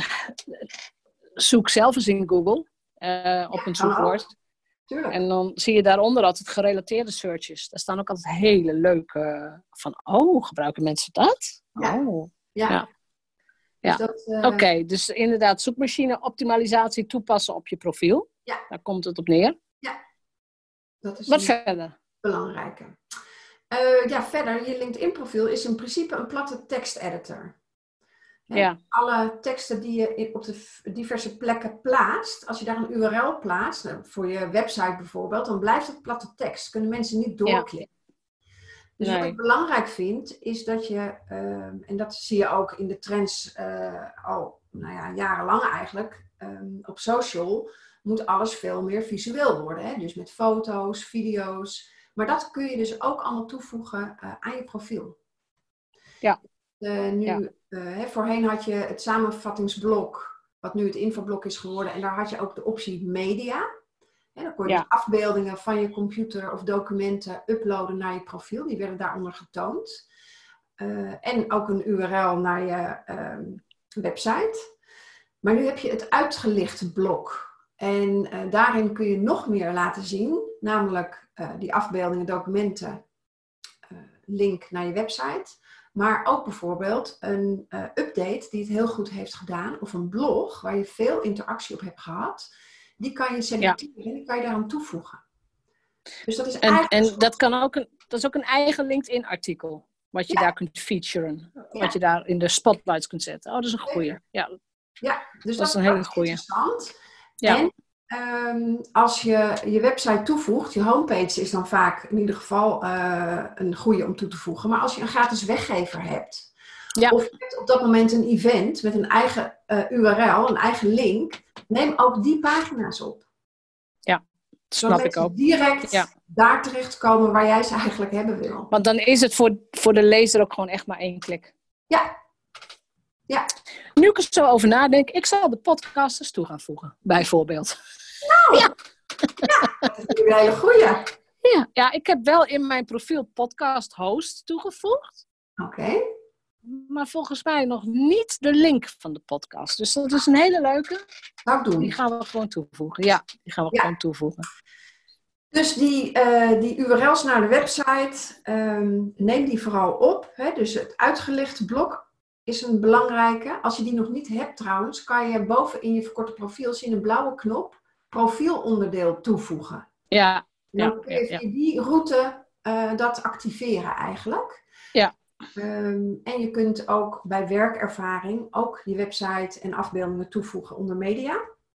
zoek zelf eens in Google uh, op ja, een zoekwoord. En dan zie je daaronder altijd gerelateerde searches. Daar staan ook altijd hele leuke uh, van, oh, gebruiken mensen dat? Ja. Oh. Ja. ja. Dus ja. uh... Oké, okay, dus inderdaad zoekmachine optimalisatie toepassen op je profiel. Ja. Daar komt het op neer. Ja. Dat is Wat verder? Belangrijke. Uh, ja, verder, je LinkedIn profiel is in principe een platte teksteditor. Ja. Alle teksten die je op de diverse plekken plaatst, als je daar een U R L plaatst, voor je website bijvoorbeeld, dan blijft het platte tekst. Kunnen mensen niet doorklikken. Ja. Dus nee. Wat ik belangrijk vind, is dat je, uh, en dat zie je ook in de trends uh, al nou ja, jarenlang eigenlijk, um, op social moet alles veel meer visueel worden. Hè? Dus met foto's, video's. Maar dat kun je dus ook allemaal toevoegen uh, aan je profiel. Ja. Uh, nu, ja. uh, hè, voorheen had je het samenvattingsblok, wat nu het infoblok is geworden. En daar had je ook de optie media. En dan kon je ja. dus afbeeldingen van je computer of documenten uploaden naar je profiel. Die werden daaronder getoond. Uh, en ook een U R L naar je uh, website. Maar nu heb je het uitgelichte blok. En uh, daarin kun je nog meer laten zien. Namelijk uh, die afbeeldingen, documenten, uh, link naar je website. Maar ook bijvoorbeeld een uh, update die het heel goed heeft gedaan. Of een blog waar je veel interactie op hebt gehad. Die kan je selecteren en ja. die kan je daaraan toevoegen. Dus dat is en, eigenlijk... En dat, kan ook een, dat is ook een eigen LinkedIn artikel. Wat je ja. daar kunt featuren. Ja. Wat je daar in de spotlights kunt zetten. Oh, dat is een goeie. Ja, ja dus dat, dat is een hele goeie. Interessant. Ja. En um, als je je website toevoegt, je homepage is dan vaak in ieder geval uh, een goede om toe te voegen. Maar als je een gratis weggever hebt... Ja. Of je hebt op dat moment een event met een eigen uh, U R L, een eigen link. Neem ook die pagina's op. Ja, dat snap ik ook. Direct ja. daar terechtkomen waar jij ze eigenlijk hebben wil. Want dan is het voor, voor de lezer ook gewoon echt maar één klik. Ja. ja. Nu ik er zo over nadenk, ik zal de podcasters toe gaan voegen, bijvoorbeeld. Nou, ja, ja dat is een hele goeie. Ja, ja, ik heb wel in mijn profiel podcast host toegevoegd. Oké. Okay. Maar volgens mij nog niet de link van de podcast. Dus dat is een hele leuke. Zou doen. Die gaan we gewoon toevoegen. Ja, die gaan we ja. gewoon toevoegen. Dus die, uh, die U R L's naar de website, um, neem die vooral op. Hè? Dus het uitgelichte blok is een belangrijke. Als je die nog niet hebt trouwens, kan je boven in je verkorte profiel zien een blauwe knop profielonderdeel toevoegen. Ja. Dan ja, kun je ja, via die route uh, dat activeren eigenlijk. Ja. Um, en je kunt ook bij werkervaring ook je website en afbeeldingen toevoegen onder media.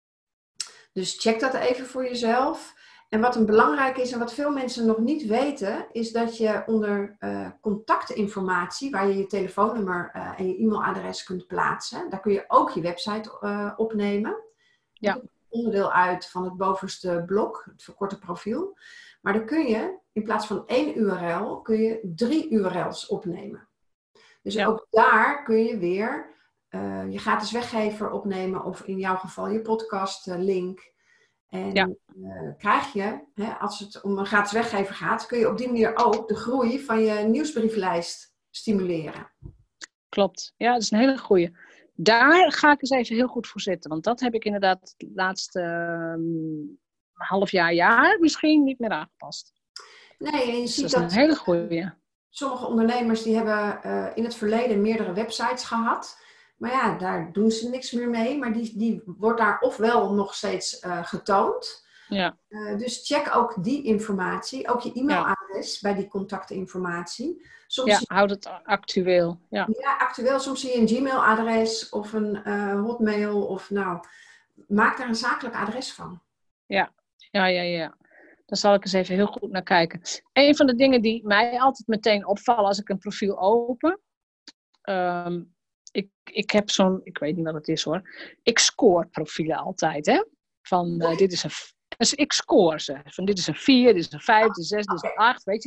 Dus check dat even voor jezelf. En wat een belangrijk is en wat veel mensen nog niet weten, is dat je onder uh, contactinformatie, waar je je telefoonnummer uh, en je e-mailadres kunt plaatsen, daar kun je ook je website uh, opnemen. Ja. Dat is onderdeel uit van het bovenste blok, het verkorte profiel. Maar dan kun je, in plaats van één U R L, kun je drie U R L's opnemen. Dus ja. ook daar kun je weer uh, je gratis weggever opnemen, of in jouw geval je podcast uh, link. En ja. uh, krijg je, hè, als het om een gratis weggever gaat, kun je op die manier ook de groei van je nieuwsbrieflijst stimuleren. Klopt, ja, dat is een hele goeie. Daar ga ik eens even heel goed voor zitten, want dat heb ik inderdaad het laatste um, half jaar, jaar misschien niet meer aangepast. Nee, en je dus ziet dat is dat een hele goeie. Sommige ondernemers die hebben uh, in het verleden meerdere websites gehad. Maar ja, daar doen ze niks meer mee. Maar die, die wordt daar ofwel nog steeds uh, getoond. Ja. Uh, dus check ook die informatie. Ook je e-mailadres ja. bij die contactinformatie. Soms ja, houd het actueel. Ja, ja actueel. Soms zie je een Gmail-adres of een uh, Hotmail. Of nou, maak daar een zakelijk adres van. Ja, ja, ja, ja. Daar zal ik eens even heel goed naar kijken. Een van de dingen die mij altijd meteen opvallen als ik een profiel open. Um, ik, ik heb zo'n, ik weet niet wat het is hoor. Ik score profielen altijd, hè. Van uh, dit is een, dus ik score ze. Van dit is een vier, dit is een vijf, dit is een zes, dit is een acht, weet je zo.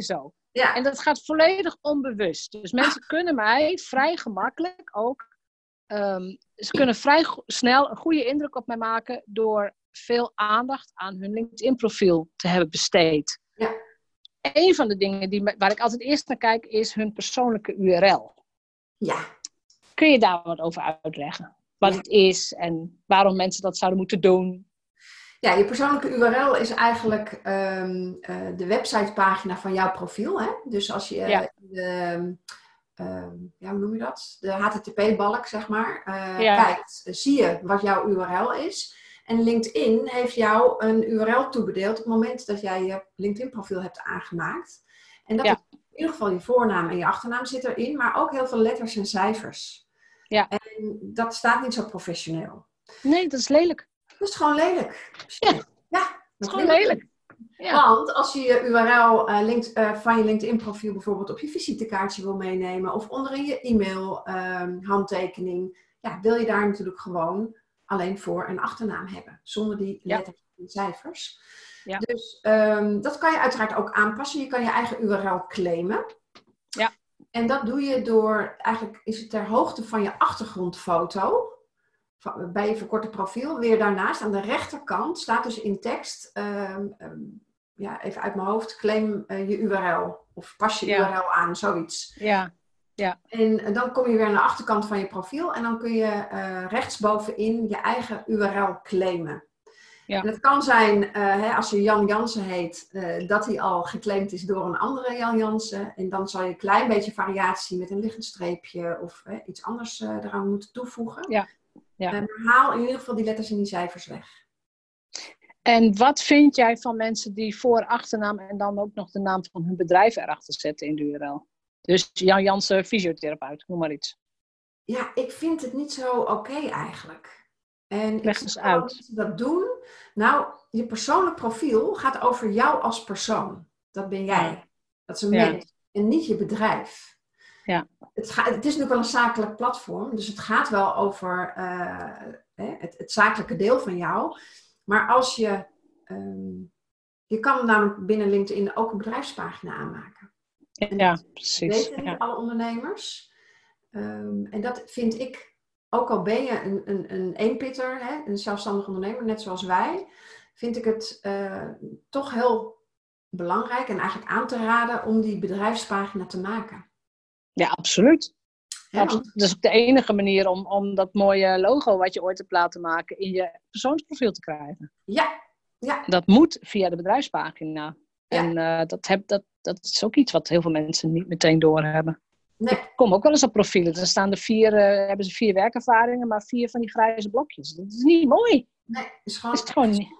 Ja. En dat gaat volledig onbewust. Dus mensen kunnen mij vrij gemakkelijk ook... Um, ze kunnen vrij go- snel een goede indruk op mij maken... door veel aandacht aan hun LinkedIn-profiel te hebben besteed. Ja. Een van de dingen die, waar ik altijd eerst naar kijk... is hun persoonlijke U R L. Ja. Kun je daar wat over uitleggen? Wat ja. het is en waarom mensen dat zouden moeten doen? Ja, je persoonlijke U R L is eigenlijk um, uh, de websitepagina van jouw profiel. Hè? Dus als je uh, ja. de, um, ja, hoe noem je dat? De H T T P-balk, zeg maar, uh, ja. kijkt, uh, zie je wat jouw U R L is. En LinkedIn heeft jou een U R L toebedeeld op het moment dat jij je LinkedIn-profiel hebt aangemaakt. En dat ja. is in ieder geval je voornaam en je achternaam zit erin, maar ook heel veel letters en cijfers. Ja. En dat staat niet zo professioneel. Nee, dat is lelijk. Dat is gewoon lelijk. Ja, ja dat is gewoon lelijk. Ja. Want als je je U R L uh, linkt, uh, van je LinkedIn-profiel bijvoorbeeld op je visitekaartje wil meenemen of onder in je e-mail um, handtekening, ja, wil je daar natuurlijk gewoon alleen voor een achternaam hebben, zonder die letters ja. en cijfers. Ja. Dus um, dat kan je uiteraard ook aanpassen. Je kan je eigen U R L claimen. Ja. En dat doe je door, eigenlijk is het ter hoogte van je achtergrondfoto, bij je verkorte profiel, weer daarnaast aan de rechterkant staat dus in tekst, um, um, ja, even uit mijn hoofd, claim uh, je U R L of pas je ja. U R L aan, zoiets. Ja. Ja. En, en dan kom je weer aan de achterkant van je profiel en dan kun je uh, rechtsbovenin je eigen U R L claimen. Ja. En het kan zijn, uh, hè, als je Jan Jansen heet, uh, dat hij al geclaimd is door een andere Jan Jansen. En dan zal je een klein beetje variatie met een liggend streepje of uh, iets anders uh, eraan moeten toevoegen. Ja. Ja. Uh, maar haal in ieder geval die letters en die cijfers weg. En wat vind jij van mensen die voor achternaam en dan ook nog de naam van hun bedrijf erachter zetten in de U R L? Dus Jan Jansen, fysiotherapeut, noem maar iets. Ja, ik vind het niet zo oké okay eigenlijk. En leg eens uit. Mensen dat doen. Nou, je persoonlijk profiel gaat over jou als persoon. Dat ben jij. Ja. Dat is een ja. mens. En niet je bedrijf. Ja. Het, ga, het is natuurlijk wel een zakelijk platform. Dus het gaat wel over uh, het, het zakelijke deel van jou. Maar als je... Um, je kan namelijk binnen LinkedIn ook een bedrijfspagina aanmaken. En ja, precies. Dat weten ja. niet alle ondernemers. Um, en dat vind ik... Ook al ben je een, een, een eenpitter, hè, een zelfstandig ondernemer, net zoals wij, vind ik het uh, toch heel belangrijk en eigenlijk aan te raden om die bedrijfspagina te maken. Ja, absoluut. Ja, want... Dat is ook de enige manier om, om dat mooie logo wat je ooit hebt laten maken in je persoonsprofiel te krijgen. Ja. ja. Dat moet via de bedrijfspagina. Ja. En uh, dat, heb, dat, dat is ook iets wat heel veel mensen niet meteen doorhebben. Nee. Ik kom ook wel eens op profielen. Dan staan er vier, uh, hebben ze vier werkervaringen, maar vier van die grijze blokjes. Dat is niet mooi. Nee, is gewoon, is gewoon niet.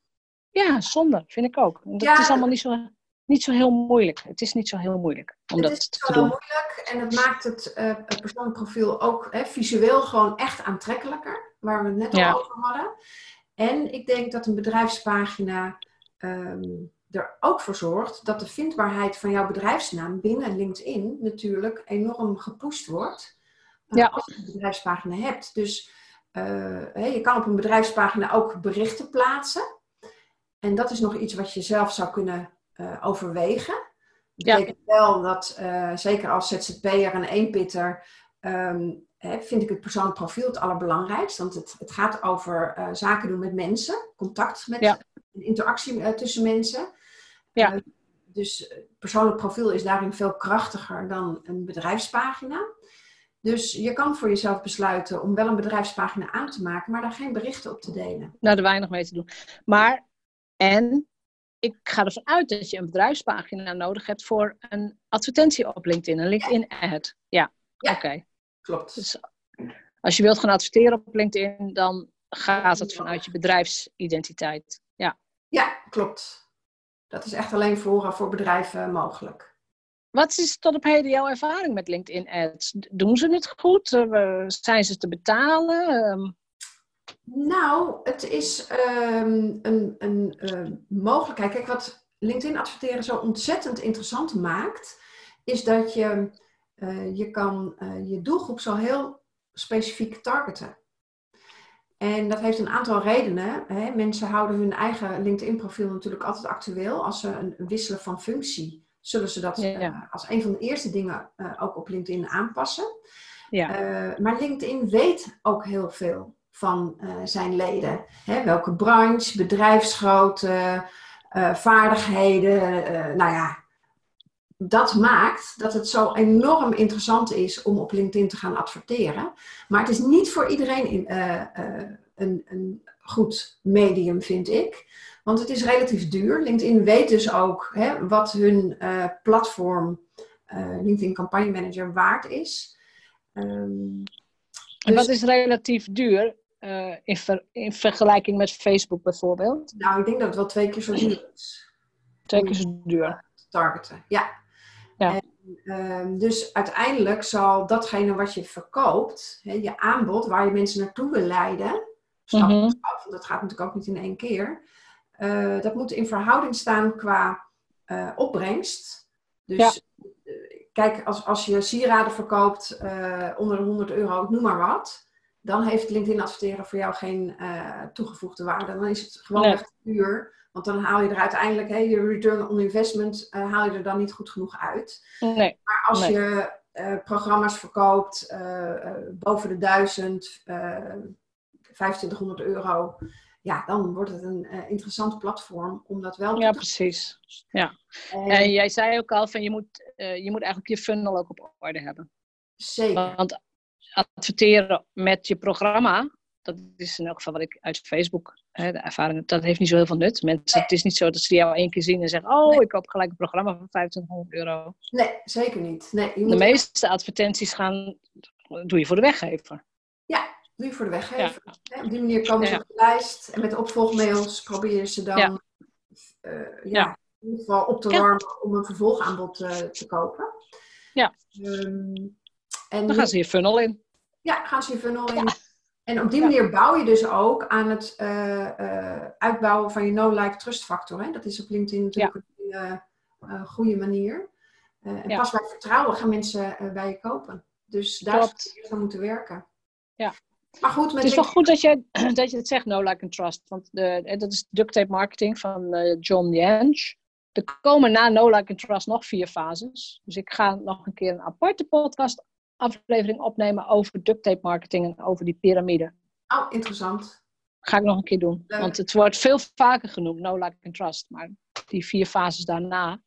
Ja, zonde, vind ik ook. Dat ja, is allemaal niet zo, niet zo heel moeilijk. Het is niet zo heel moeilijk om het dat is te zo doen. moeilijk en het maakt het, uh, het persoonlijk profiel ook hè, visueel gewoon echt aantrekkelijker. Waar we het net ja. al over hadden. En ik denk dat een bedrijfspagina... Um, er ook voor zorgt dat de vindbaarheid van jouw bedrijfsnaam binnen LinkedIn natuurlijk enorm gepusht wordt. Uh, ja. Als je een bedrijfspagina hebt. Dus uh, hey, je kan op een bedrijfspagina ook berichten plaatsen. En dat is nog iets wat je zelf zou kunnen uh, overwegen. Dat betekent ja. wel dat, uh, zeker als Z Z P'er en eenpitter, um, hè, vind ik het persoonlijk profiel het allerbelangrijkst. Want het, het gaat over uh, zaken doen met mensen, contact met ja. interactie uh, tussen mensen. Ja. Uh, dus persoonlijk profiel is daarin veel krachtiger dan een bedrijfspagina. Dus je kan voor jezelf besluiten om wel een bedrijfspagina aan te maken, maar daar geen berichten op te delen. Nou, er weinig mee te doen. Maar, en ik ga ervan uit dat je een bedrijfspagina nodig hebt voor een advertentie op LinkedIn, een LinkedIn-ad. Ja, ja. oké. Okay. Klopt. Dus als je wilt gaan adverteren op LinkedIn, dan gaat het vanuit je bedrijfsidentiteit. Ja, ja klopt. Dat is echt alleen voor, voor bedrijven mogelijk. Wat is tot op heden jouw ervaring met LinkedIn ads? Doen ze het goed? Zijn ze te betalen? Um... Nou, het is um, een, een uh, mogelijkheid. Kijk, wat LinkedIn adverteren zo ontzettend interessant maakt, is dat je, uh, je kan uh, je doelgroep zo heel specifiek targeten. En dat heeft een aantal redenen. Hè. Mensen houden hun eigen LinkedIn-profiel natuurlijk altijd actueel als ze een wisselen van functie zullen ze dat Ja. uh, als een van de eerste dingen uh, ook op LinkedIn aanpassen. Ja. Uh, maar LinkedIn weet ook heel veel van uh, zijn leden. Hè, welke branche, bedrijfsgrootte, uh, vaardigheden. Uh, nou ja, dat maakt dat het zo enorm interessant is om op LinkedIn te gaan adverteren. Maar het is niet voor iedereen in, uh, uh, een, een goed medium, vind ik. Want het is relatief duur. LinkedIn weet dus ook hè, wat hun uh, platform, uh, LinkedIn Campagne Manager, waard is. Um, dus... En wat is relatief duur uh, in, ver, in vergelijking met Facebook bijvoorbeeld? Nou, ik denk dat het wel twee keer zo duur is. Twee keer zo duur. Te targeten, ja. ja. En, um, dus uiteindelijk zal datgene wat je verkoopt, hè, je aanbod waar je mensen naartoe wil leiden, stap mm-hmm. af, dat gaat natuurlijk ook niet in één keer, uh, dat moet in verhouding staan qua uh, opbrengst. Dus ja. uh, kijk, als, als je sieraden verkoopt uh, onder de honderd euro, ik noem maar wat, dan heeft LinkedIn adverteren voor jou geen uh, toegevoegde waarde. Dan is het gewoon nee. echt duur. Want dan haal je er uiteindelijk, hè, je return on investment, uh, haal je er dan niet goed genoeg uit. Nee. Maar als nee. je uh, programma's verkoopt uh, uh, boven de duizend, uh, vijfentwintighonderd euro, ja, dan wordt het een uh, interessant platform om dat wel te Ja, doen. precies. Ja. En, en jij zei ook al, van je, moet, uh, je moet eigenlijk je funnel ook op orde hebben. Zeker. Want adverteren met je programma, dat is in elk geval wat ik uit Facebook, hè, de ervaring, dat heeft niet zo heel veel nut. Mensen, het is niet zo dat ze jou één keer zien en zeggen, oh, nee. ik koop gelijk een programma van vijfentwintighonderd euro. Nee, zeker niet. Nee, je de moet meeste echt... advertenties gaan, doe je voor de weggever. Ja, doe je voor de weggever. Ja. Op die manier komen ze ja. op de lijst en met de opvolgmails probeer je ze dan ja. Uh, ja, ja. in ieder geval op te warmen ja. om een vervolgaanbod uh, te kopen. Ja. Um, en dan gaan ze je funnel in. Ja, gaan ze je funnel in. Ja. En op die manier ja. bouw je dus ook aan het uh, uh, uitbouwen van je no-like-trust factor. Hè? Dat is op LinkedIn natuurlijk ja. een uh, uh, goede manier. Uh, en ja. pas bij vertrouwen gaan mensen uh, bij je kopen. Dus daar zou je eerst aan moeten werken. Ja. Maar goed, met het is wel goed dat je, dat je het zegt, no, like and trust. Want de, dat is duct tape marketing van uh, John Jantsch. Er komen na no, like and trust nog vier fases. Dus ik ga nog een keer een aparte podcast aflevering opnemen over duct tape marketing en over die piramide. Oh, interessant. Ga ik nog een keer doen. Leuk. Want het wordt veel vaker genoemd, no, like and trust. Maar die vier fases daarna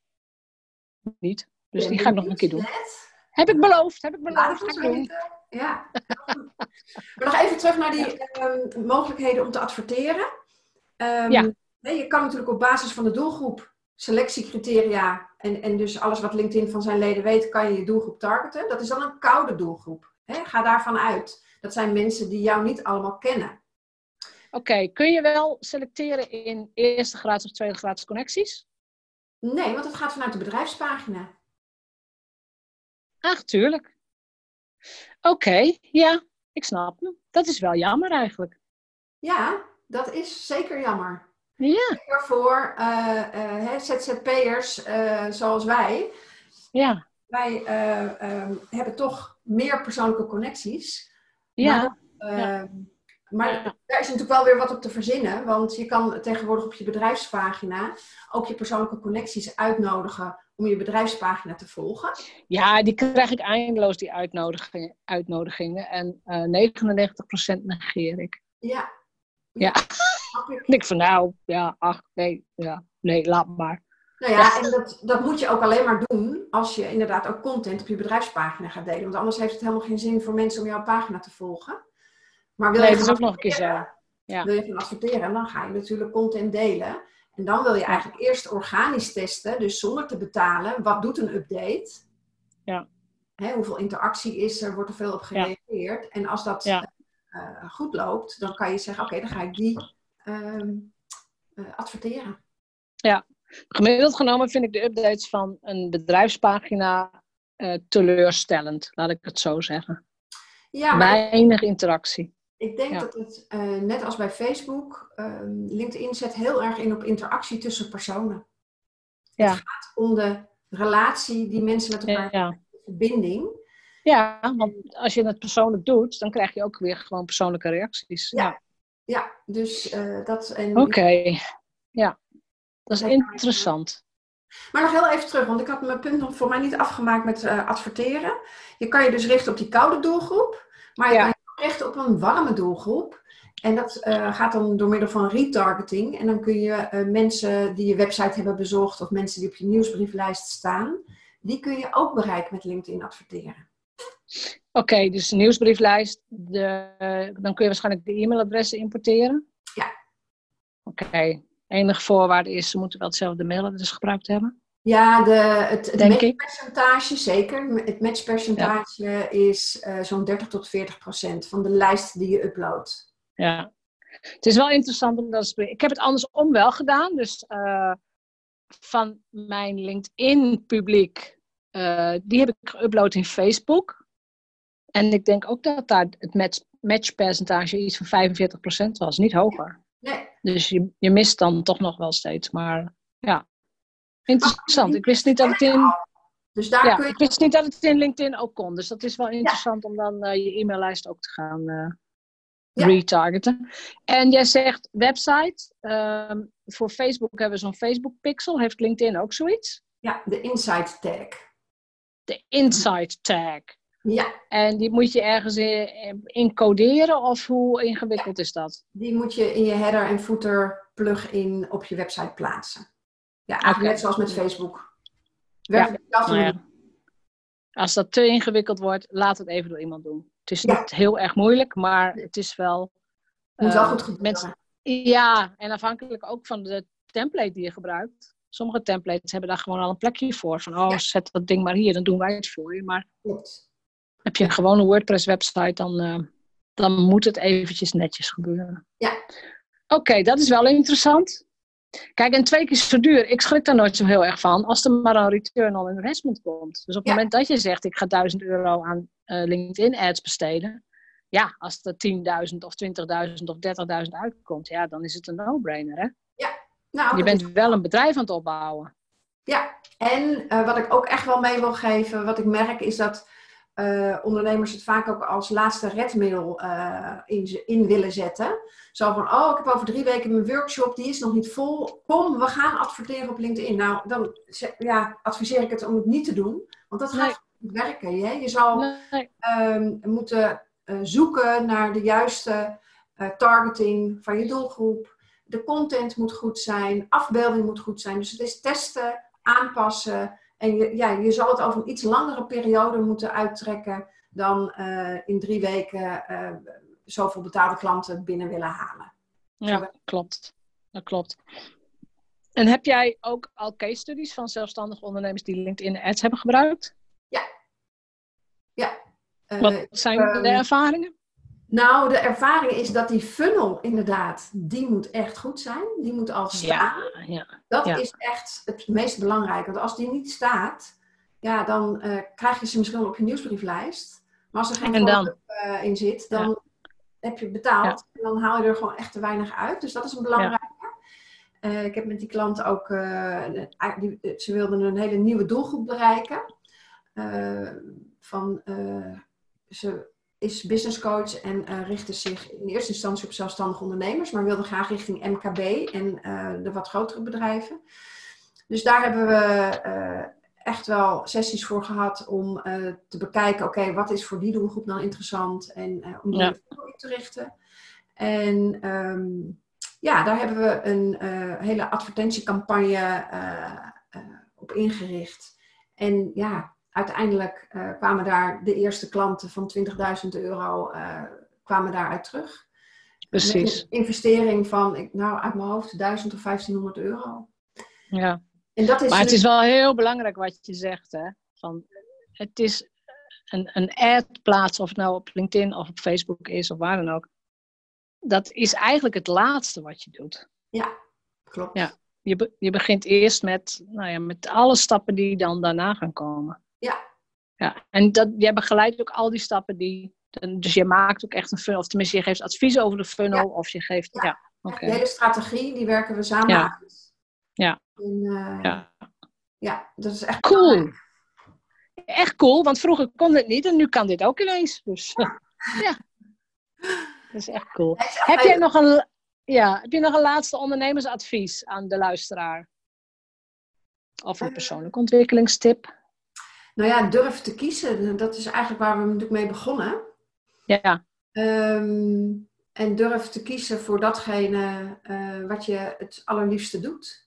niet. Dus ja, die ga ik nog een keer doen. Net? Heb ik beloofd, heb ik beloofd. Ga ik doen. Ja. Maar nog even terug naar die ja. um, mogelijkheden om te adverteren. Um, ja. nee, je kan natuurlijk op basis van de doelgroep, selectiecriteria en, en dus alles wat LinkedIn van zijn leden weet, kan je je doelgroep targeten. Dat is dan een koude doelgroep. Hè? Ga daarvan uit. Dat zijn mensen die jou niet allemaal kennen. Oké, okay. Kun je wel selecteren in eerste graad of tweede graads connecties? Nee, want het gaat vanuit de bedrijfspagina. Ach, tuurlijk. Oké, okay, ja, ik snap het. Dat is wel jammer eigenlijk. Ja, dat is zeker jammer. Ja. Zeker voor uh, uh, Z Z P'ers uh, zoals wij. Ja. Wij uh, um, hebben toch meer persoonlijke connecties. Ja. Maar, uh, ja. maar ja. daar is natuurlijk wel weer wat op te verzinnen. Want je kan tegenwoordig op je bedrijfspagina ook je persoonlijke connecties uitnodigen om je bedrijfspagina te volgen. Ja, die krijg ik eindeloos, die uitnodigingen. uitnodigingen en uh, negenennegentig procent negeer ik. Ja. Ja. ja. Ik denk van nou, ja, ach, nee, ja, nee, laat maar. Nou ja, ja. en dat, dat moet je ook alleen maar doen als je inderdaad ook content op je bedrijfspagina gaat delen. Want anders heeft het helemaal geen zin voor mensen om jouw pagina te volgen. Maar wil nee, je dat is ook nog een keer zo. Ja. Wil je gaan adverteren, dan ga je natuurlijk content delen. En dan wil je eigenlijk ja. eerst organisch testen, dus zonder te betalen. Wat doet een update? Ja. Hè, hoeveel interactie is er? Wordt er veel op gereageerd? Ja. En als dat ja. uh, goed loopt, dan kan je zeggen, oké, okay, dan ga ik die uh, uh, adverteren. Ja, gemiddeld genomen vind ik de updates van een bedrijfspagina uh, teleurstellend, laat ik het zo zeggen. Ja, maar weinig interactie. Ik denk ja. dat het, uh, net als bij Facebook, uh, LinkedIn zet heel erg in op interactie tussen personen. Ja. Het gaat om de relatie die mensen met elkaar ja. hebben, de verbinding. Ja, want als je het persoonlijk doet, dan krijg je ook weer gewoon persoonlijke reacties. Ja, ja. ja dus uh, dat... Oké, okay. ja. Dat is interessant. Maar nog heel even terug, want ik had mijn punt nog voor mij niet afgemaakt met uh, adverteren. Je kan je dus richten op die koude doelgroep, maar je ja. kan je ook richten op een warme doelgroep. En dat uh, gaat dan door middel van retargeting. En dan kun je uh, mensen die je website hebben bezocht of mensen die op je nieuwsbrieflijst staan, die kun je ook bereiken met LinkedIn adverteren. Oké, okay, dus de nieuwsbrieflijst, de, uh, dan kun je waarschijnlijk de e-mailadressen importeren? Ja. Oké, okay. Enige voorwaarde is, ze moeten wel hetzelfde mailadres gebruikt hebben? Ja, de, het, het matchpercentage, zeker. Het matchpercentage ja. is uh, zo'n dertig tot veertig procent van de lijst die je uploadt. Ja, het is wel interessant om dat te spreken. Ik heb het andersom wel gedaan. Dus uh, van mijn LinkedIn-publiek, uh, die heb ik geüpload in Facebook. En ik denk ook dat daar het match, matchpercentage iets van vijfenveertig procent was, niet hoger. Nee. Dus je, je mist dan toch nog wel steeds. Maar ja, interessant. Ik wist niet dat het in... Dus daar ja, kun je... ik wist niet dat het in LinkedIn ook kon. Dus dat is wel interessant ja. om dan uh, je e-maillijst ook te gaan uh, ja. retargeten. En jij zegt website. Um, voor Facebook hebben we zo'n Facebook pixel. Heeft LinkedIn ook zoiets? Ja, de insight tag. De insight tag. Ja. En die moet je ergens in, in coderen of hoe ingewikkeld ja. is dat? Die moet je in je header en footer plugin op je website plaatsen. Ja, eigenlijk okay. net zoals met Facebook. Ja. Nou ja. Als dat te ingewikkeld wordt, laat het even door iemand doen. Het is ja. niet heel erg moeilijk, maar het is wel... Het moet uh, wel goed gebeuren. Mensen, ja, en afhankelijk ook van de template die je gebruikt. Sommige templates hebben daar gewoon al een plekje voor. Van, oh, ja. zet dat ding maar hier, dan doen wij het voor je. Maar Klopt. heb je gewoon een WordPress website, dan, uh, dan moet het eventjes netjes gebeuren. Ja. Oké, okay, dat is wel interessant. Kijk, en twee keer zo duur. Ik schrik daar nooit zo heel erg van. Als er maar een return on investment komt. Dus op het ja. moment dat je zegt, ik ga duizend euro aan uh, LinkedIn ads besteden. Ja, als er tienduizend of twintigduizend of dertigduizend uitkomt. Ja, dan is het een no-brainer, hè? Ja. Nou, je bent is... wel een bedrijf aan het opbouwen. Ja, en uh, wat ik ook echt wel mee wil geven. Wat ik merk is dat uh, ondernemers het vaak ook als laatste redmiddel uh, in, in willen zetten. Zo van, oh, ik heb over drie weken mijn workshop, die is nog niet vol. Kom, we gaan adverteren op LinkedIn. Nou, dan ja, adviseer ik het om het niet te doen. Want dat gaat nee. niet werken. Hè? Je zal nee. um, moeten uh, zoeken naar de juiste uh, targeting van je doelgroep. De content moet goed zijn, afbeelding moet goed zijn. Dus het is testen, aanpassen. En je, ja, je zal het over een iets langere periode moeten uittrekken dan uh, in drie weken uh, zoveel betaalde klanten binnen willen halen. Ja, Zo. klopt. Dat klopt. En heb jij ook al case studies van zelfstandige ondernemers die LinkedIn Ads hebben gebruikt? Ja. ja. Uh, Wat zijn uh, de ervaringen? Nou, de ervaring is dat die funnel inderdaad, die moet echt goed zijn. Die moet al staan. Ja, ja, dat ja. is echt het meest belangrijke. Want als die niet staat, ja, dan uh, krijg je ze misschien wel op je nieuwsbrieflijst. Maar als er geen foto uh, in zit, dan ja. heb je betaald. Ja. En dan haal je er gewoon echt te weinig uit. Dus dat is een belangrijke. Ja. Uh, ik heb met die klanten ook, uh, die, ze wilden een hele nieuwe doelgroep bereiken. Uh, van, uh, ze... is business coach en uh, richtte zich in eerste instantie op zelfstandige ondernemers, maar wilde graag richting M K B en uh, de wat grotere bedrijven. Dus daar hebben we uh, echt wel sessies voor gehad om uh, te bekijken, oké, okay, wat is voor die doelgroep dan interessant en uh, om die ja. op te richten. En um, ja, daar hebben we een uh, hele advertentiecampagne uh, uh, op ingericht. En ja, uiteindelijk uh, kwamen daar de eerste klanten van twintigduizend euro uh, kwamen daaruit terug. Precies. Met een investering van, nou uit mijn hoofd, duizend of vijftienhonderd euro. Ja, en dat is maar het is wel heel belangrijk wat je zegt. Hè? Van, het is een, een ad plaatsen, of het nou op LinkedIn of op Facebook is of waar dan ook. Dat is eigenlijk het laatste wat je doet. Ja, klopt. Ja, je, be, je begint eerst met, nou ja, met alle stappen die dan daarna gaan komen. Ja. Ja, en dat, jij begeleidt ook al die stappen die... Dus je maakt ook echt een funnel, of tenminste je geeft advies over de funnel, ja. of je geeft... Ja, ja okay. De hele strategie, die werken we samen ja. uit. Ja. En, uh, ja. Ja, dat is echt cool. belangrijk. Echt cool, want vroeger kon dit niet en nu kan dit ook ineens. Dus ja, dat is echt cool. Ja, echt heb, jij nog een, ja, heb je nog een laatste ondernemersadvies aan de luisteraar? Of een persoonlijke ontwikkelingstip? Nou ja, durf te kiezen. Dat is eigenlijk waar we natuurlijk mee begonnen. Ja. Um, en durf te kiezen voor datgene uh, wat je het allerliefste doet.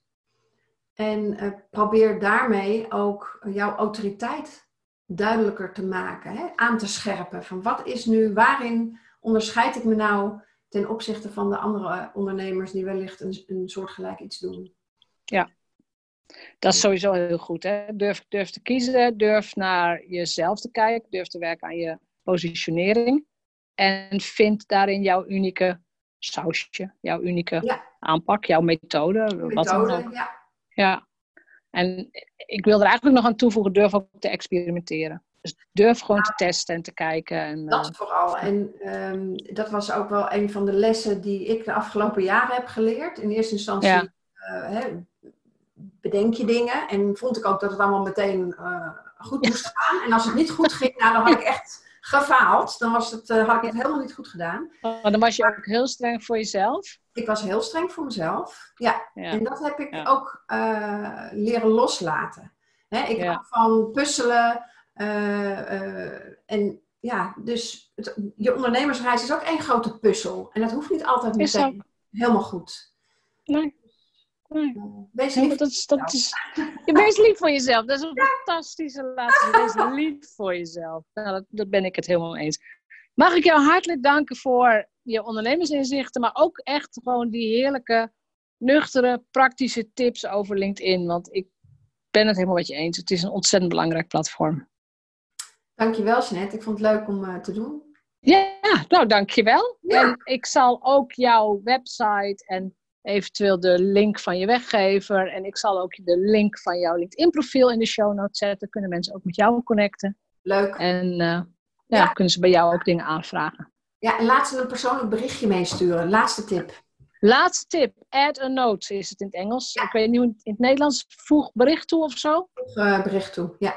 En uh, probeer daarmee ook jouw autoriteit duidelijker te maken. Hè? Aan te scherpen. Van wat is nu, waarin onderscheid ik me nou ten opzichte van de andere ondernemers die wellicht een, een soortgelijk iets doen. Ja, dat is sowieso heel goed. Hè? Durf, durf te kiezen, durf naar jezelf te kijken, durf te werken aan je positionering. En vind daarin jouw unieke sausje, jouw unieke ja. aanpak, jouw methode. Methode, wat dan ook. Ja. Ja. En ik wil er eigenlijk nog aan toevoegen, durf ook te experimenteren. Dus durf gewoon ja. te testen en te kijken. En, dat uh, vooral. En um, dat was ook wel een van de lessen die ik de afgelopen jaren heb geleerd. In eerste instantie ja. uh, hè, bedenk je dingen. En vond ik ook dat het allemaal meteen uh, goed moest gaan. En als het niet goed ging, nou, dan had ik echt gefaald. Dan was het, uh, had ik het helemaal niet goed gedaan. Oh, dan was je ook heel streng voor jezelf? Ik was heel streng voor mezelf. Ja. ja. En dat heb ik ja. ook uh, leren loslaten. Hè, ik ja. hou van puzzelen. Uh, uh, en ja, dus het, je ondernemersreis is ook één grote puzzel. En dat hoeft niet altijd meteen helemaal goed. Nee. nee. Uh, wees lief, ja, dat is, dat is, je wees lief voor jezelf. Dat is een ja. fantastische laatste. Wees lief voor jezelf. Nou, dat, dat ben ik het helemaal eens. Mag ik jou hartelijk danken voor je ondernemersinzichten, maar ook echt gewoon die heerlijke, nuchtere, praktische tips over LinkedIn. Want ik ben het helemaal met je eens. Het is een ontzettend belangrijk platform. Dankjewel, Jeanette. Ik vond het leuk om uh, te doen. Ja, nou dankjewel. Ja. En ik zal ook jouw website en eventueel de link van je weggever. En ik zal ook de link van jouw LinkedIn profiel in de show notes zetten. Kunnen mensen ook met jou connecten. Leuk. En uh, ja, ja. kunnen ze bij jou ook dingen aanvragen. Ja, en laat ze een persoonlijk berichtje meesturen. Laatste tip. Laatste tip. Add a note is het in het Engels. Ja. Ik weet niet hoe in het Nederlands. Voeg bericht toe of zo? Voeg uh, bericht toe, ja.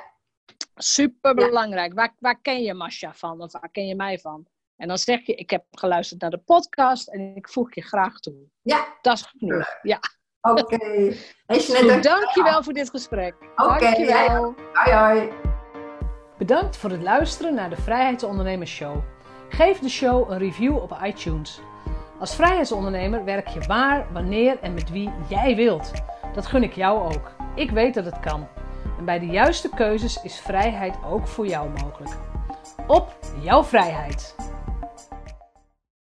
Super belangrijk. Ja. Waar, waar ken je Masha van? Of waar ken je mij van? En dan zeg je, ik heb geluisterd naar de podcast en ik voeg je graag toe. Ja. Dat is genoeg. Ja. Oké. Okay. Hey, dank je wel voor dit gesprek. Oké. Okay. Dankjewel. Hoi hoi. Bedankt voor het luisteren naar de Vrijheidsondernemers Show. Geef de show een review op iTunes. Als vrijheidsondernemer werk je waar, wanneer en met wie jij wilt. Dat gun ik jou ook. Ik weet dat het kan. En bij de juiste keuzes is vrijheid ook voor jou mogelijk. Op jouw vrijheid!